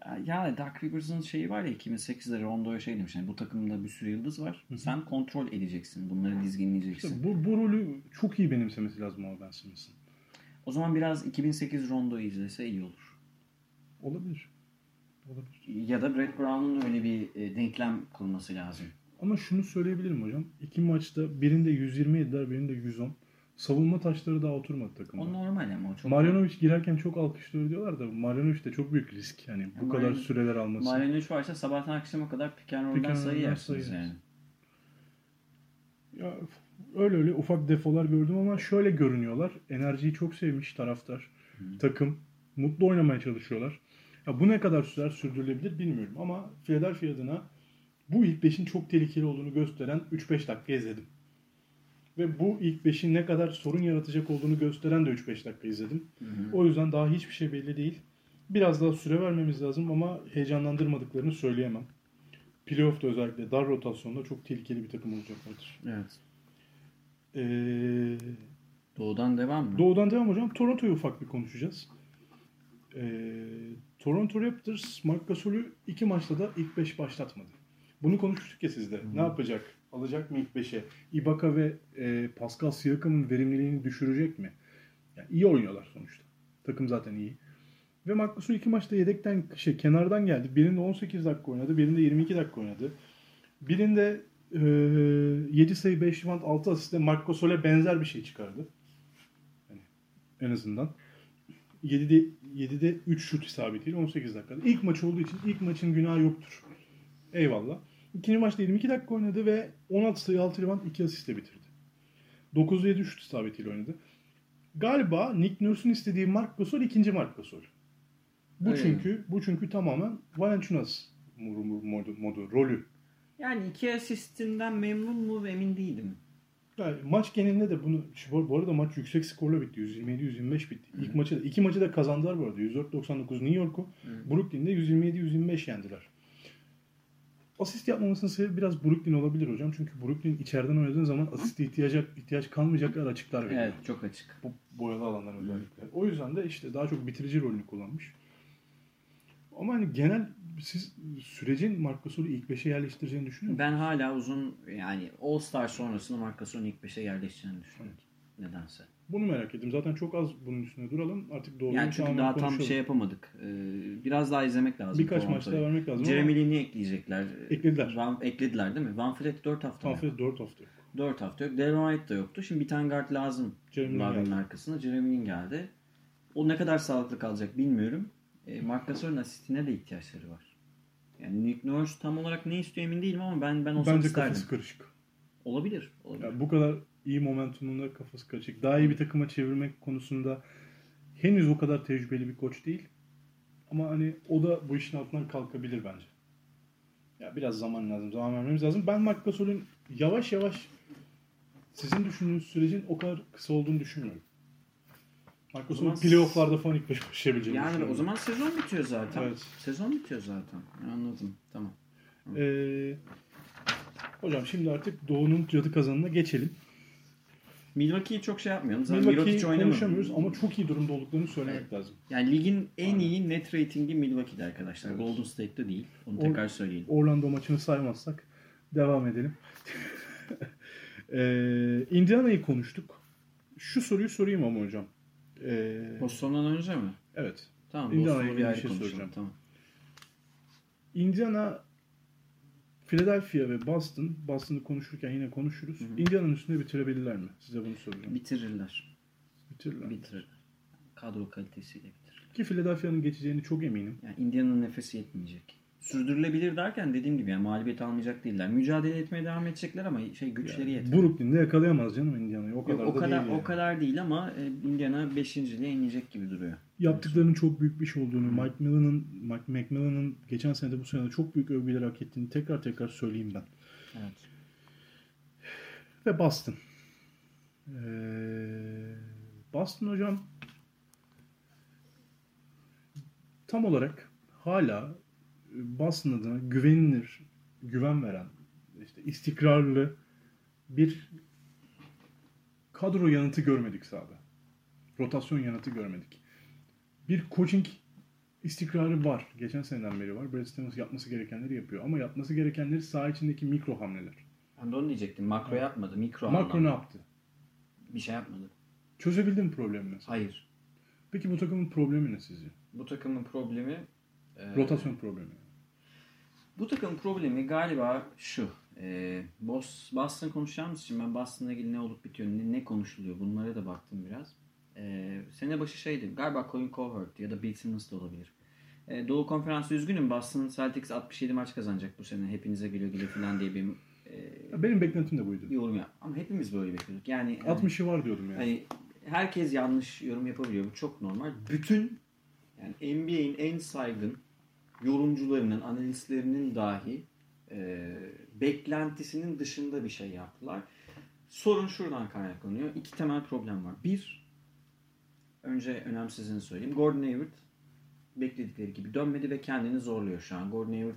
Ya Doug Rivers'ın şeyi var ya 2008'de Rondo'ya şey demiş. Yani bu takımda bir sürü yıldız var. Sen kontrol edeceksin. Bunları dizginleyeceksin. İşte bu rolü çok iyi benimsemesi lazım ama Ben Simmons'ın. O zaman biraz 2008 Rondo'yu izlese iyi olur. Olabilir. Ya da Brett Brown'un öyle bir denklem kurması lazım. Ama şunu söyleyebilirim hocam. 2 maçta birinde 120 yediler, birinde 110. Savunma taşları daha oturmadı takımda. O normal ama o çok... Marjanovic girerken çok alkışlıyor diyorlar da Marjanovic de çok büyük risk. Yani bu kadar süreler alması. Marjanovic varsa sabahtan akşama kadar pick and roll'dan sayı yersiniz yani. Ya öyle ufak defolar gördüm ama şöyle görünüyorlar. Enerjiyi çok sevmiş taraftar. Takım. Mutlu oynamaya çalışıyorlar. Ya bu ne kadar sürdürülebilir bilmiyorum ama Philadelphia adına bu ilk 5'in çok tehlikeli olduğunu gösteren 3-5 dakika izledim. Ve bu ilk 5'in ne kadar sorun yaratacak olduğunu gösteren de 3-5 dakika izledim. O yüzden daha hiçbir şey belli değil. Biraz daha süre vermemiz lazım ama heyecanlandırmadıklarını söyleyemem. Playoff'ta özellikle dar rotasyonda çok tehlikeli bir takım olacaklardır. Evet. Doğudan devam mı? Doğudan devam hocam. Toronto'yu ufak bir konuşacağız. Toronto Raptors Marc Gasol'ü 2 maçta da ilk 5 başlatmadı. Bunu konuşmuştuk ya sizde. Ne yapacak? Alacak mı ilk 5'e? Ibaka ve Pascal Siakam'ın verimliliğini düşürecek mi? Yani iyi oynuyorlar sonuçta. Takım zaten iyi. Ve Marc Gasol 2 maçta yedekten kenardan geldi. Birinde 18 dakika oynadı. Birinde 22 dakika oynadı. Birinde 7 sayı 5 rebound 6 asistle Marc Gasol'e benzer bir şey çıkardı. Yani en azından. 7'de 3 şut isabetiyle 18 dakikada. İlk maç olduğu için ilk maçın günahı yoktur. Eyvallah. İkinci maçta 22 dakika oynadı ve 16 sayı 6 rebound 2 asistle bitirdi. 9'da 7 şut isabetiyle oynadı. Galiba Nick Nurse'un istediği Marc Gasol ikinci Marc Gasol. Bu çünkü tamamen Valanciunas modu, rolü. Yani 2 asistinden memnun mu emin değilim. Yani maç genelinde de bunu bu arada maç yüksek skorla bitti. 127-125 bitti. İlk maçı da 2 maçı da kazandılar bu arada. 104-99 New York'u. Brooklyn'de 127-125 yendiler. Asist yapmamasının sebebi biraz Brooklyn olabilir hocam. Çünkü Brooklyn içeriden oynadığın zaman asiste ihtiyaç kalmayacak kadar açıklar veriyor. Evet, çok açık. Bu boyalı alanlar özellikle. O yüzden de işte daha çok bitirici rolünü kullanmış. Ama hani genel siz sürecin Marc Gasol'ü ilk 5'e yerleştireceğini düşünüyor musunuz? Ben hala uzun yani All-Star sonrasında Marc Gasol'un ilk 5'e yerleşeceğini düşünüyorum. Nedense. Bunu merak ettim. Zaten çok az bunun üstüne duralım. Artık doğruyu yani çünkü daha tam şey yapamadık. Biraz daha izlemek lazım. Birkaç maç daha vermek lazım. Jeremy Lin'i ekleyecekler. Eklediler. Eklediler değil mi? Van Fleet 4 hafta Van Fleet 4 hafta yok. 4 hafta yok. Delon Wright da yoktu. Şimdi bir tane guard lazım. Lavin arkasında. Jeremy Lin geldi. O ne kadar sağlıklı kalacak bilmiyorum. Marc Gasol'un asistine de ihtiyaçları var. Yani Nick Nurse tam olarak ne istiyor emin değilim ama ben olsam bence isterdim. Kafası karışık. Olabilir. Yani bu kadar iyi momentumunda kafası karışık. Daha iyi bir takıma çevirmek konusunda henüz o kadar tecrübeli bir koç değil. Ama hani o da bu işin altından kalkabilir bence. Ya biraz zaman lazım. Zaman vermemiz lazım. Ben Marc Gasol'ün yavaş yavaş sizin düşündüğünüz sürecin o kadar kısa olduğunu düşünmüyorum. Marc Gasol'un playoff'larda falan ilk 5 koşabileceğini yani o zaman sezon bitiyor zaten. Evet. Sezon bitiyor zaten. Anladım. Tamam. Hocam şimdi artık Doğu'nun cadı kazanına geçelim. Milwaukee'yi çok şey yapmayalım. Milwaukee'yi konuşamıyoruz ama çok iyi durumda olduklarını söylemek lazım. Yani ligin en iyi net ratingi Milwaukee'de arkadaşlar. Evet. Golden State'de değil. Onu tekrar söyleyelim. Orlando maçını saymazsak devam edelim. Indiana'yı konuştuk. Şu soruyu sorayım ama hocam. Boston'dan önce mi? Evet. Tamam. Boston'u bir ayrı konuşalım. Tamam. Indiana, Philadelphia ve Boston'ı konuşurken yine konuşuruz. Indiana'nın üstünde bitirebilirler mi? Size bunu soruyorum. Bitirirler. Bitirirler. Kadro kalitesiyle bitirirler. Ki Philadelphia'nın geçeceğini çok eminim. Yani Indiana'nın nefesi yetmeyecek. Sürdürülebilir derken dediğim gibi yani mağlubiyet almayacak değiller. Mücadele etmeye devam edecekler ama güçleri yetmiyor. Brooklyn'de yakalayamaz canım Indiana'yı. O kadar değil ama Indiana 5.'liğe inecek gibi duruyor. Yaptıklarının çok büyük bir şey olduğunu, Mike McMillan'ın geçen sene de bu sene de çok büyük övgüler hak ettiğini tekrar söyleyeyim ben. Evet. Ve Boston. Boston hocam tam olarak hala Boston adına güvenilir, güven veren, işte istikrarlı bir kadro yanıtı görmedik sahada. Rotasyon yanıtı görmedik. Bir coaching istikrarı var. Geçen seneden beri var. Brad Stevens yapması gerekenleri yapıyor. Ama yapması gerekenleri saha içindeki mikro hamleler. Ben de onu diyecektim. Makro yapmadı. Mikro Makro ne anlamda. yaptı? Bir şey yapmadı. Çözebildin mi problemi mesela? Hayır. Peki bu takımın problemi ne sizce? Bu takımın problemi Rotasyon problemi. Bu takımın problemi galiba şu. Boston konuşacağımız için ben Boston'la ilgili ne olup bitiyor, ne konuşuluyor bunlara da baktım biraz. Sene başı şeydi. Galiba Colin Cowherd ya da Bill Simmons da olabilir. Doğu Konferansı üzgünüm. Boston Celtics 67 maç kazanacak bu sene. Hepinize güle güle falan diye bir Benim beklentim de buydu. yorum yap. Ama hepimiz böyle bekliyorduk. Yani 60'ı var diyordum yani. hani herkes yanlış yorum yapabiliyor. Bu çok normal. Bütün yani NBA'in en saygın yorumcularının, analistlerinin dahi beklentisinin dışında bir şey yaptılar. Sorun şuradan kaynaklanıyor. İki temel problem var. Bir, önce önemsizini söyleyeyim. Gordon Hayward bekledikleri gibi dönmedi ve kendini zorluyor şu an. Gordon Hayward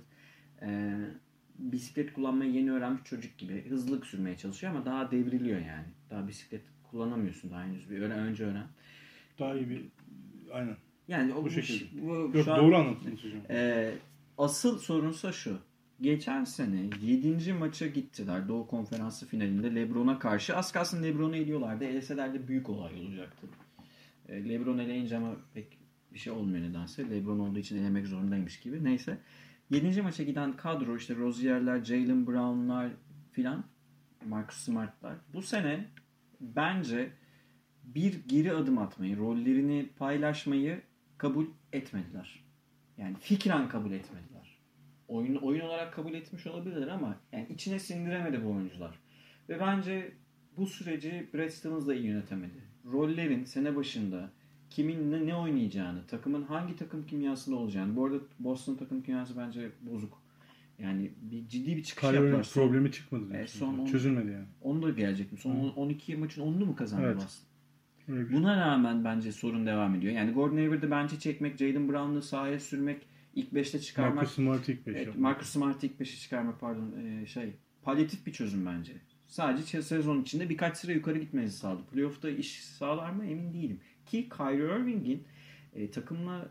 bisiklet kullanmayı yeni öğrenmiş çocuk gibi hızlı sürmeye çalışıyor ama daha devriliyor yani. Daha bisiklet kullanamıyorsun daha henüz. Önce öğren. Daha iyi bir... Aynen. Yani o Bu şekilde. Yok, Yok, doğru anlattınız hocam. asıl sorunsa şu. Geçen sene 7. maça gittiler Doğu Konferansı finalinde LeBron'a karşı. Az kalsın LeBron'u eliyorlardı. Eleseler de büyük olay olacaktı. LeBron eleyince ama pek bir şey olmuyor nedense. LeBron olduğu için elemek zorundaymış gibi. Neyse. 7. maça giden kadro işte Rozier'ler, Jaylen Brown'lar filan, Marcus Smart'lar. Bu sene bence bir geri adım atmayı, rollerini paylaşmayı kabul etmediler. Yani fikren kabul etmediler. Oyun olarak kabul etmiş olabilirler ama yani içine sindiremedi bu oyuncular. Ve bence bu süreci Brad Stevens da iyi yönetemedi. Rollerin sene başında kimin ne oynayacağını, takımın hangi takım kimyasında olacağını. Bu arada Boston takım kimyası bence bozuk. Yani ciddi bir çıkış Kyrie yaptılar. problemi çıkmadı diyorsun. Son Çözülmedi yani. Onu da gelecektim. Son 12 maçın 10'unu mu kazandı Evet. Boston? Evet. Buna rağmen bence sorun devam ediyor. Yani Gordon Hayward'ı bence çekmek, Jaylen Brown'u sahaya sürmek, ilk 5'te çıkarmak. Marcus Smart'ı ilk 5 Evet, Marcus Smart'ı ilk 5'e çıkarmak palyatif bir çözüm bence. Sadece sezon içinde birkaç sıra yukarı gitmenizi sağladı. Playoff'ta iş sağlar mı emin değilim. Ki Kyrie Irving'in takımla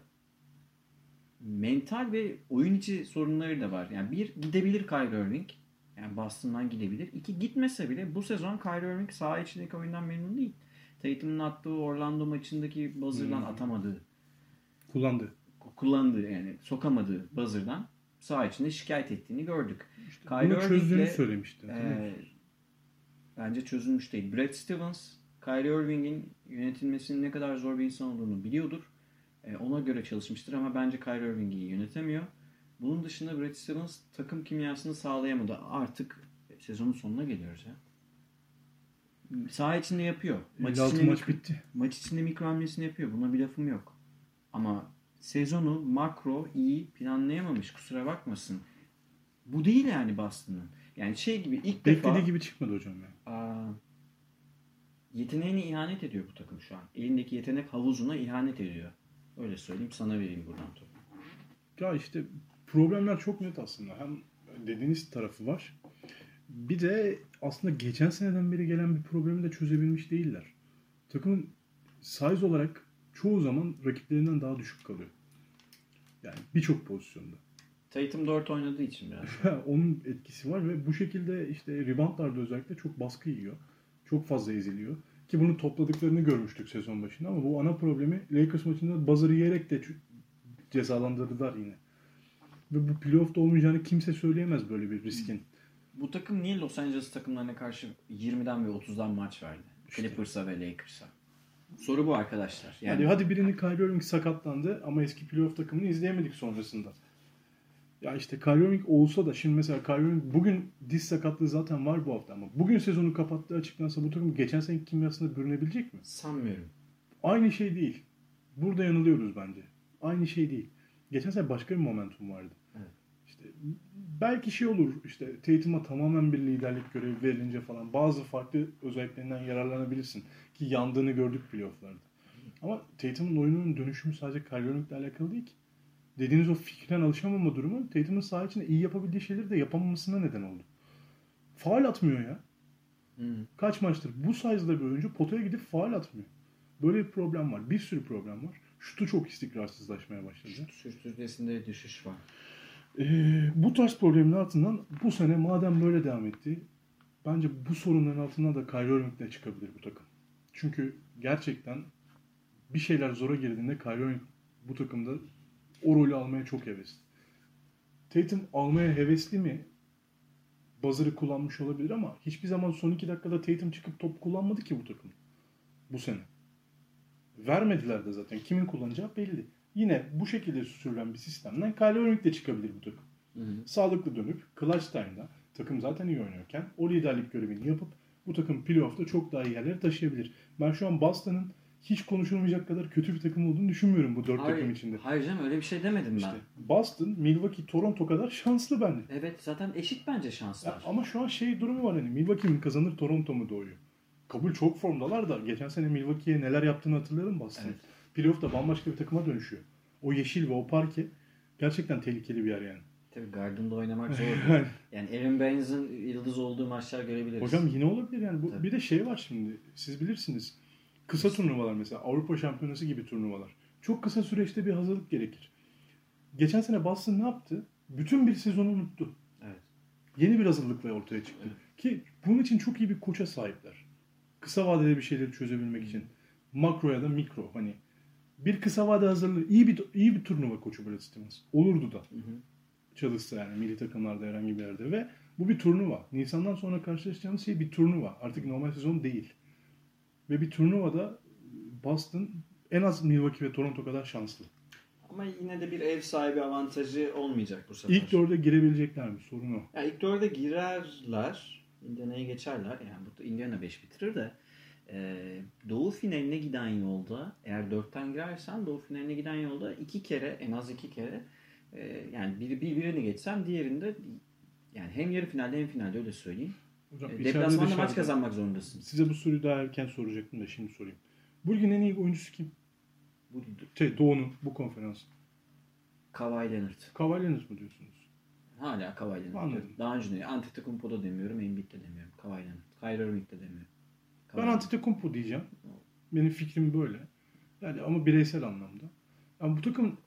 mental ve oyun içi sorunları da var. Yani bir, gidebilir Kyrie Irving. Yani Boston'dan gidebilir. İki, gitmese bile bu sezon Kyrie Irving saha içindeki oyundan memnun değil. Tatum'un attığı Orlando maçındaki buzzer'dan atamadığı, kullandığı yani sokamadığı buzzer'dan saha içinde şikayet ettiğini gördük. Bunu çözdüğünü söylemişti. Bence çözülmüş değil. Brad Stevens, Kyrie Irving'in yönetilmesinin ne kadar zor bir insan olduğunu biliyordur. Ona göre çalışmıştır ama bence Kyrie Irving'i yönetemiyor. Bunun dışında Brad Stevens takım kimyasını sağlayamadı. Artık sezonun sonuna geliyoruz ya. Saha içinde yapıyor. Maç bitti. Maç içinde mikro hamlesini yapıyor. Buna bir lafım yok. Ama sezonu makro iyi planlayamamış. Kusura bakmasın. Bu değil yani Boston'ın. Yani gibi ilk defa... Beklediği gibi çıkmadı hocam ya. Yeteneğine ihanet ediyor bu takım şu an. Elindeki yetenek havuzuna ihanet ediyor. Öyle söyleyeyim, sana vereyim buradan topu. Ya işte problemler çok net aslında. Hem dediğiniz tarafı var. Bir de aslında geçen seneden beri gelen bir problemi de çözebilmiş değiller. Takımın size olarak çoğu zaman rakiplerinden daha düşük kalıyor. Yani birçok pozisyonda. Tatum 4 oynadığı için biraz. Onun etkisi var ve bu şekilde işte reboundlarda özellikle çok baskı yiyor. Çok fazla eziliyor. Ki bunu topladıklarını görmüştük sezon başında ama bu ana problemi Lakers maçında buzzer'ı yiyerek de cezalandırdılar yine. Ve bu playoff'ta olmayacağını kimse söyleyemez böyle bir riskin. Bu takım niye Los Angeles takımlarına karşı 20'den ve 30'dan maç verdi? Clippers'a ve Lakers'a. Soru bu arkadaşlar. Yani... Hadi birini Kyrie Irving sakatlandı ama eski playoff takımını izleyemedik sonrasında. Ya işte Kyrie Irving olsa da şimdi mesela Kyrie Irving bugün diz sakatlığı zaten var bu hafta ama bugün sezonu kapattığı açıklansa bu takım geçen seneki kimyasına bürünebilecek mi? Sanmıyorum. Aynı şey değil. Burada yanılıyoruz bence. Aynı şey değil. Geçen sene başka bir momentum vardı. Evet. İşte belki olur işte Tatum'a tamamen bir liderlik görevi verilince falan bazı farklı özelliklerinden yararlanabilirsin ki yandığını gördük playoff'larda. Ama Tatum'un oyununun dönüşümü sadece Kyrie Irving'le alakalı değil ki. Dediğiniz o fikren alışamama durumu Tatum'un saha içinde iyi yapabildiği şeyleri de yapamamasına neden oldu. Faul atmıyor ya. Kaç maçtır bu size'da bir oyuncu potaya gidip faul atmıyor. Böyle bir problem var. Bir sürü problem var. Şutu çok istikrarsızlaşmaya başladı. Sürtüntüsünde düşüş var. Bu tarz problemin altından bu sene madem böyle devam etti, bence bu sorunların altından da Kyrie Irving'le çıkabilir bu takım. Çünkü gerçekten bir şeyler zora girdiğinde Kyrie Irving bu takımda o rolü almaya çok hevesli. Tatum almaya hevesli mi? Buzzer'ı kullanmış olabilir ama hiçbir zaman son 2 dakikada Tatum çıkıp top kullanmadı ki bu takım. Bu sene. Vermediler de zaten. Kimin kullanacağı belli. Yine bu şekilde sürülen bir sistemden Kyrie Irving de çıkabilir bu takım. Sağlıklı dönüp clutch time'da takım zaten iyi oynuyorken o liderlik görevini yapıp bu takım playoff'ta çok daha iyi yerlere taşıyabilir. Ben şu an Boston'ın hiç konuşulmayacak kadar kötü bir takım olduğunu düşünmüyorum bu 4 takım içinde. Hayır canım öyle bir şey demedim ben. İşte Boston, Milwaukee, Toronto kadar şanslı bence. Evet zaten eşit bence şanslar. Ya ama şu an durumu var hani Milwaukee mi kazanır Toronto mu doğuyor. Kabul çok formdalar da geçen sene Milwaukee'ye neler yaptığını hatırlayalım Boston. Evet. Playoff'ta bambaşka bir takıma dönüşüyor. O yeşil ve o parke gerçekten tehlikeli bir yer yani. Tabii Garden'da oynamak zor. Yani Aaron Baines'in yıldız olduğu maçlar görebiliriz. Hocam yine olabilir yani. Tabii. Bir de var şimdi. Siz bilirsiniz. Kısa turnuvalar mesela. Avrupa Şampiyonası gibi turnuvalar. Çok kısa süreçte bir hazırlık gerekir. Geçen sene Boston ne yaptı? Bütün bir sezonu unuttu. Evet. Yeni bir hazırlıkla ortaya çıktı. Evet. Ki bunun için çok iyi bir koça sahipler. Kısa vadede bir şeyleri çözebilmek için. Makro ya da mikro. Hani bir kısa vade hazırlığı iyi bir turnuva koçu Brad Stevens. Olurdu da. Çalışsa yani milli takımlarda herhangi bir yerde ve bu bir turnuva. Nisan'dan sonra karşılaşacağımız şey bir turnuva. Artık normal sezon değil. Ve bir turnuvada Boston en az Milwaukee ve Toronto kadar şanslı. Ama yine de bir ev sahibi avantajı olmayacak bu sefer. İlk 4'e girebilecekler mi? Sorun o. Yani ilk 4'e girerler. Indiana'ya geçerler. Yani burada Indiana 5 bitirir de Doğu finaline giden yolda eğer 4'ten girersen Doğu finaline giden yolda 2 kere en az 2 kere yani birini geçsen diğerinde yani hem yarı finalde hem finalde öyle söyleyeyim. Hocam, Deplasmanda maç kazanmak zorundasın. Size bu soruyu daha erken soracaktım da şimdi sorayım. Bu ligin en iyi oyuncusu kim? Doğu'nun bu konferansın. Kawhi Leonard. Kawhi Leonard mı diyorsunuz? Hala Kawhi Leonard. Anladım. Daha önce de Antetokounmpo da demiyorum, Embiid de demiyorum. Kawhi Leonard. Kyrie Irving de demiyorum. Ben Antetokounmpo diyeceğim. Benim fikrim böyle. Yani ama bireysel anlamda. Yani bu takım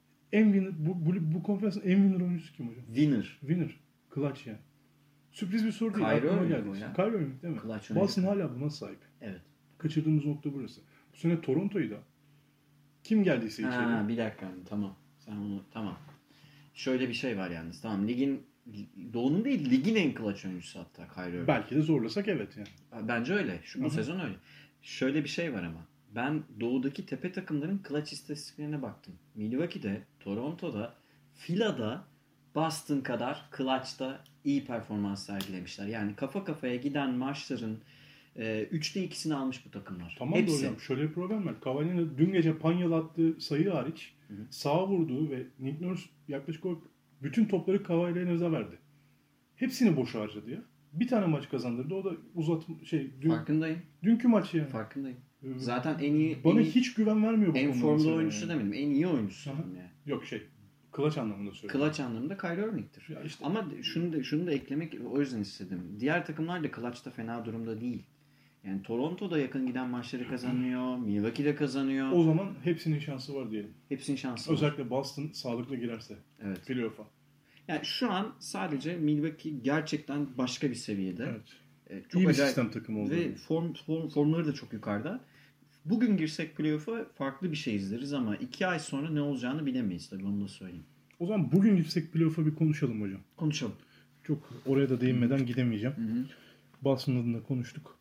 bu konferansın en winner oyuncusu kim hocam? Winner. Clutch yani. Sürpriz bir soru değil. Kyrie Aklıma Irving geldi. o ya. Kyrie Irving değil mi? Boston hala buna sahip. Evet. Kaçırdığımız nokta burası. Bu sene Toronto'yu da kim geldiyse içeri. Bir dakika. Tamam. Sen onu tamam. Şöyle bir şey var yalnız. Tamam. Doğu'nun değil ligin en clutch oyuncusu hatta Kyrie Irving. Belki de zorlasak evet yani. Bence öyle. Bu sezon öyle. Şöyle bir şey var ama. Ben Doğu'daki tepe takımların clutch istatistiklerine baktım. Milwaukee'de, Toronto'da, Phila'da Boston kadar clutch'ta iyi performans sergilemişler. Yani kafa kafaya giden maçların 3'te 2'sini almış bu takımlar. Tamam Hepsi. da hocam şöyle bir problem var. Cavali'nin dün gece Panyal attığı sayı hariç sağa vurduğu ve Nick Nurse yaklaşık olarak bütün topları Cavali'ye verdi. Hepsini boş harcadı ya. Bir tane maç kazandırdı. O da Farkındayım. Dünkü maç yani. Farkındayım. Zaten en iyi hiç güven vermiyor bu en konuda. formda oyuncusu demedim. En iyi oyuncusu yani. Yok clutch anlamında söylüyorum. Clutch anlamında Kyrie Irving'tir. İşte. Ama şunu da eklemek o yüzden istedim. Diğer takımlar da clutch'ta fena durumda değil. Yani Toronto'da yakın giden maçları kazanıyor. Milwaukee'de kazanıyor. O zaman hepsinin şansı var diyelim. Hepsinin şansı var. Özellikle Boston sağlıklı girerse. Evet. Playoff'a. Yani şu an sadece Milwaukee gerçekten başka bir seviyede. Evet. Çok İyi bir acayip sistem takımı oldu. Ve formları da çok yukarıda. Bugün girsek playoff'a farklı bir şey izleriz ama 2 ay sonra ne olacağını bilemeyiz tabii onu da söyleyeyim. O zaman bugün girsek playoff'a bir konuşalım hocam. Konuşalım. Çok oraya da değinmeden gidemeyeceğim. Boston adına konuştuk.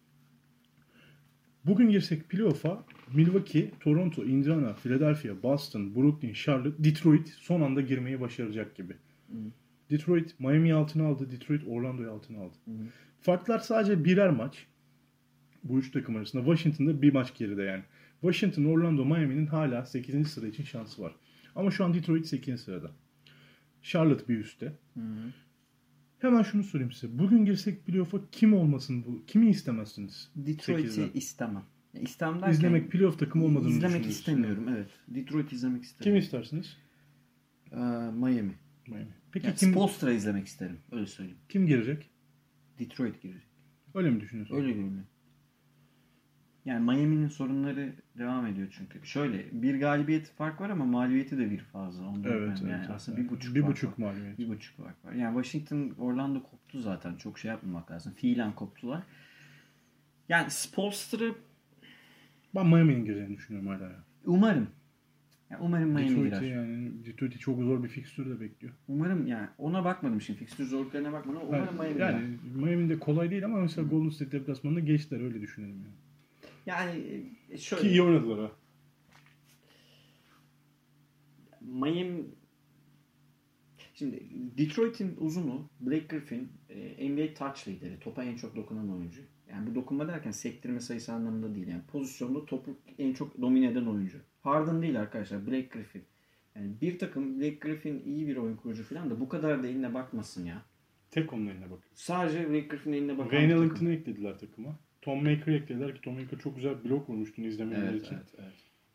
Bugün girsek playoff'a Milwaukee, Toronto, Indiana, Philadelphia, Boston, Brooklyn, Charlotte, Detroit son anda girmeyi başaracak gibi. Detroit Miami'yi altına aldı. Detroit Orlando'yu altına aldı. Farklar sadece birer maç. Bu üç takım arasında. Washington'da bir maç geride yani. Washington, Orlando, Miami'nin hala 8. sıra için şansı var. Ama şu an Detroit 8. sırada. Charlotte bir üstte. Hemen şunu sorayım size. Bugün girsek playoff'a kim olmasın bu? Kimi istemezsiniz? Detroit'i istemem. İstem derken, İzlemek playoff takımı olmadığını İzlemek istemiyorum. Evet. Detroit izlemek isterim. Kim istersiniz? Miami. Peki Yani Spoelstra izlemek isterim. Öyle söyleyeyim. Kim girecek? Detroit girecek. Öyle mi düşünüyorsunuz? Öyle görünüyor. Yani Miami'nin sorunları devam ediyor çünkü. Şöyle bir galibiyet fark var ama mağlubiyeti de bir fazla. Ondan Evet, yani evet. aslında bir buçuk bir fark buçuk var. mağlubiyet. Bir buçuk fark var. Yani Washington, Orlando koptu zaten. Çok şey yapmamak lazım. Fiilen koptular. Yani Spoelstra'ı Ben Miami'nin gireceğini düşünüyorum hala ya. umarım. Yani umarım Miami Detroit'i girer. yani Detroit'i çok zor bir fikstür de bekliyor. Umarım yani ona bakmadım şimdi. Fikstür zorluklarına bakmadım. Umarım Miami girer. Yani Miami'nin de kolay değil ama mesela Golden State deplasmanında geçtiler, öyle düşünelim yani. Yani şöyle. Ki iyi oynadılar ha. Miami şimdi Detroit'in uzunu Blake Griffin NBA touch lideri. Topa en çok dokunan oyuncu. Yani bu dokunma derken sektirme sayısı anlamında değil. Yani pozisyonda topu en çok domine eden oyuncu. Harden değil arkadaşlar. Blake Griffin. Yani bir takım Blake Griffin iyi bir oyun kurucu falan da bu kadar da eline bakmasın ya. Tek onun eline bakıyor. Sadece Blake Griffin'in eline bakan Wayne bir takım. Ellington'ı eklediler takıma. Tom Maker'ı eklediler ki Tom Maker çok güzel bir blok vurmuştu izlemeyenler Evet, için. evet.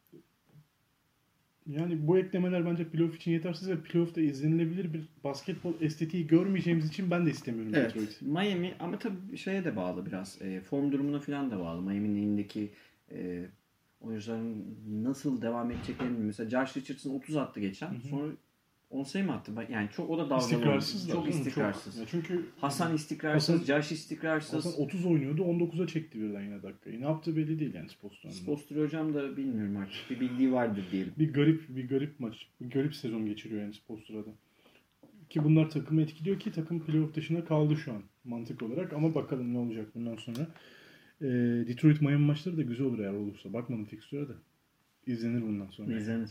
Yani bu eklemeler bence playoff için yetersiz ve playoff'ta izlenilebilir bir basketbol estetiği görmeyeceğimiz için ben de istemiyorum Evet. Detroit'i. Miami ama tabii şeye de bağlı biraz. Form durumuna falan da bağlı. Miami'nin elindeki oyuncuların nasıl devam edeceklerini. Mesela Josh Richardson 30 attı geçen. Sonra 10 sayı mı attı? Yani çok o da dalgalı. İstikrarsız da. Çok değil mi? istikrarsız. Ya çünkü Hasan istikrarsız, Josh istikrarsız. Hasan 30 oynuyordu, 19'a çekti birden yine dakikayı. Ne yaptığı belli değil yani Spoelstra'nın. Spoelstra hocam da bilmiyorum artık. Bir bildiği vardır diyelim. Bir garip maç, bir garip sezon geçiriyor yani Spoelstra'da. Ki bunlar takımı etkiliyor ki takım playoff dışına kaldı şu an mantık olarak, ama bakalım ne olacak bundan sonra. Detroit Miami maçları da güzel olur eğer olursa. Bakmadım fikstüre de. İzlenir bundan sonra. İzlenir.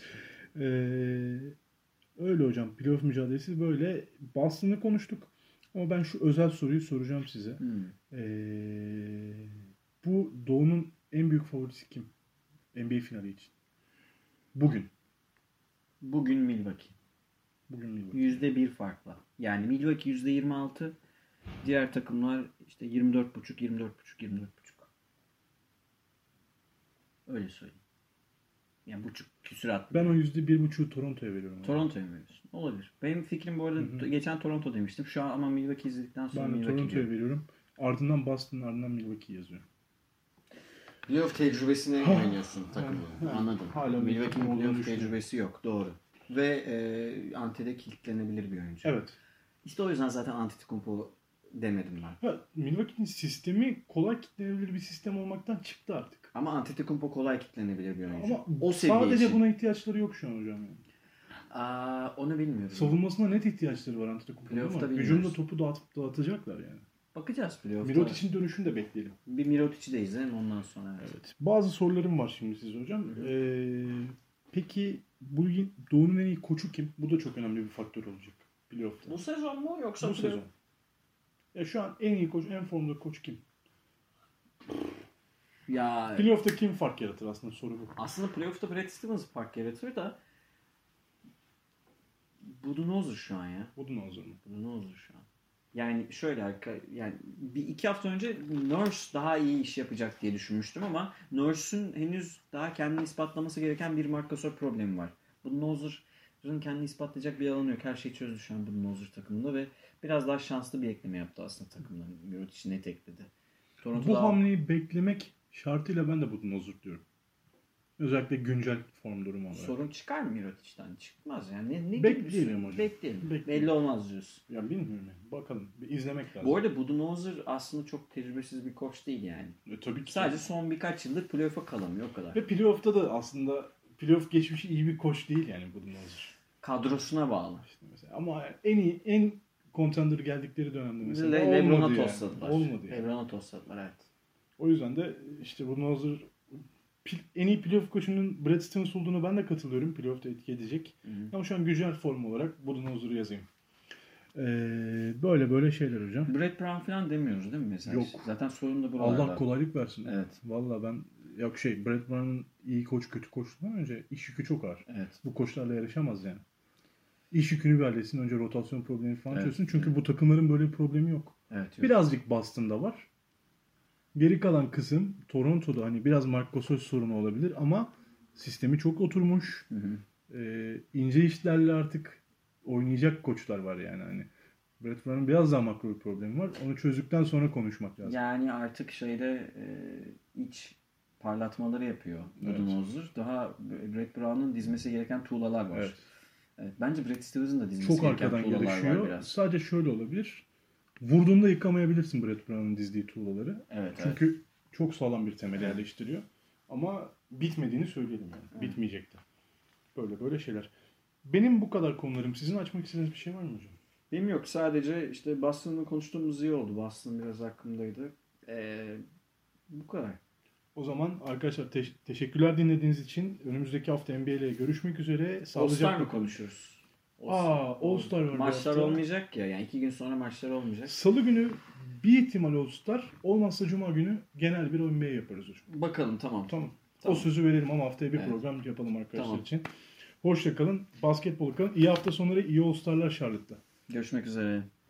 Öyle hocam. Playoff mücadelesi böyle. Boston'ı konuştuk. Ama ben şu özel soruyu soracağım size. Bu Doğu'nun en büyük favorisi kim? NBA finali için. Bugün Milwaukee. Bugün Milwaukee. %1 farkla. Yani Milwaukee %26. Diğer takımlar işte 24,5. Öyle söyleyeyim. Yani buçuk küsurat. Ben o %1,5'u Toronto'ya veriyorum. Toronto'ya mı veriyorsun? Olabilir. Benim fikrim bu arada geçen Toronto demiştim. Şu an ama Milwaukee izledikten sonra Ben de Milwaukee Toronto'ya diyorum. veriyorum. Ardından Boston, ardından Milwaukee yazıyorum. Playoff tecrübesine güveniyorsun takımı. Yani Anladım. hala bir Milwaukee'nin takım olduğunu playoff düşünüyorum. tecrübesi yok. Doğru. Ve Ante'de kilitlenebilir bir oyuncu. Evet. İşte o yüzden zaten Antetokounmpo demedim ben. Milwaukee'nin sistemi kolay kitlenebilir bir sistem olmaktan çıktı artık. Ama Antetokounmpo kolay kilitlenebilir bir oyuncu. Ama o seviye sadece için. buna ihtiyaçları yok şu an hocam. Yani. Onu bilmiyorum. Savunmasına net ihtiyaçları var Antetokounmpo'nun Playoff'ta ama bilmiyoruz. hücumda topu dağıtacaklar yani. Bakacağız playoff'ta. Mirotic'in dönüşünü de bekleyelim. Bir Mirotic'i de izleyelim ondan sonra. Evet. Bazı sorularım var şimdi size hocam. Peki bu Doğu'nun en iyi koçu kim? Bu da çok önemli bir faktör olacak playoff'ta. Bu sezon mu yoksa Bu sezon. Ya şu an en iyi koç, en formda koç kim? Ya Playoff'ta kim fark yaratır aslında, soru bu. aslında playoff'ta Brad Stevens fark yaratır da Budenholzer şu an ya. Budenholzer mı? Budenholzer şu an. Yani şöyle yani bir iki hafta önce Nurse daha iyi iş yapacak diye düşünmüştüm ama Nurse'ün henüz daha kendini ispatlaması gereken bir markasör problemi var. Budenholzer'ın kendini ispatlayacak bir alanı yok. Her şeyi çözdü şu an Budenholzer takımında ve biraz daha şanslı bir ekleme yaptı aslında takımdan. Mirotic'i net ekledi. Bu hamleyi beklemek şartıyla ben de Budenholzer diyorum. Özellikle güncel form durumu olarak. Sorun çıkar mı Mirotic'ten? Çıkmaz yani. Ne Bekleyelim hocam. Bekleyelim. Belli olmaz diyorsun. Ya bilmiyorum yani. Bakalım. Bir izlemek lazım. Bu arada Budenholzer aslında çok tecrübesiz bir koç değil yani. Tabii ki. Sadece son birkaç yıldır playoff'a kalamıyor o kadar. Ve playoff'ta da aslında playoff geçmişi iyi bir koç değil yani Budenholzer. Kadrosuna bağlı. İşte mesela. Ama en contender geldikleri dönemde mesela LeBron'a olmadı tosladılar. yani. Olmadı yani. LeBron'a tosladılar evet. O yüzden de işte Budenholzer en iyi playoff koçunun Brad Stevens olduğunu ben de katılıyorum. Playoff'ta etki edecek. Ama şu an güncel form olarak Budenholzer'ı yazayım. Böyle şeyler hocam. Brett Brown falan demiyoruz değil mi mesela? Yok. Zaten sorun da buralarda. Allah kolaylık versin. Evet. Valla ben Brett Brown'un iyi koç kötü koçluğundan önce iş yükü çok ağır. Evet. Bu koçlarla yarışamaz yani. İş yükünü bir halletsin. Önce rotasyon problemi falan Evet. çözsün. Çünkü bu takımların böyle bir problemi yok. Evet. Yok. Birazcık Boston'da var. Geri kalan kısım Toronto'da hani biraz Marc Gasol sorunu olabilir ama sistemi çok oturmuş. İnce işlerle artık oynayacak koçlar var yani. Hani Brett Brown'un biraz daha makro bir problemi var. Onu çözdükten sonra konuşmak lazım. Yani artık iç parlatmaları yapıyor Evet. Budenholzer. Daha Brett Brown'un dizmesi gereken tuğlalar var. Evet. Evet, bence Brad Stevens'ın da dizmesi Çok gereken arkadan tuğlalar var gelişiyor. biraz. Sadece şöyle olabilir. Vurduğunda yıkamayabilirsin Brett Brown'un dizdiği tuğlaları. Evet, Çünkü çok sağlam bir temel yerleştiriyor. Ama bitmediğini söyleyelim yani. Evet. Bitmeyecekti. Böyle şeyler. Benim bu kadar konularım. Sizin açmak istediğiniz bir şey var mı hocam? Benim yok. Sadece işte Boston'la konuştuğumuz iyi oldu. Boston biraz aklımdaydı. Bu kadar. O zaman arkadaşlar teşekkürler dinlediğiniz için. Önümüzdeki hafta NBA ile görüşmek üzere. All Star Sağlıcakla mı kalın. konuşuruz? All Star var bu Maçlar hafta. olmayacak ya. Yani 2 gün sonra maçlar olmayacak. Salı günü bir ihtimal All Star. Olmazsa Cuma günü genel bir NBA yaparız hocam. Bakalım, tamam. Tamam. Tamam. O sözü verelim ama haftaya bir Evet. program yapalım arkadaşlar Tamam. için. Hoşça kalın. Basketbol kalın. İyi hafta sonları, iyi All Star'lar Charlotte'da. Görüşmek üzere.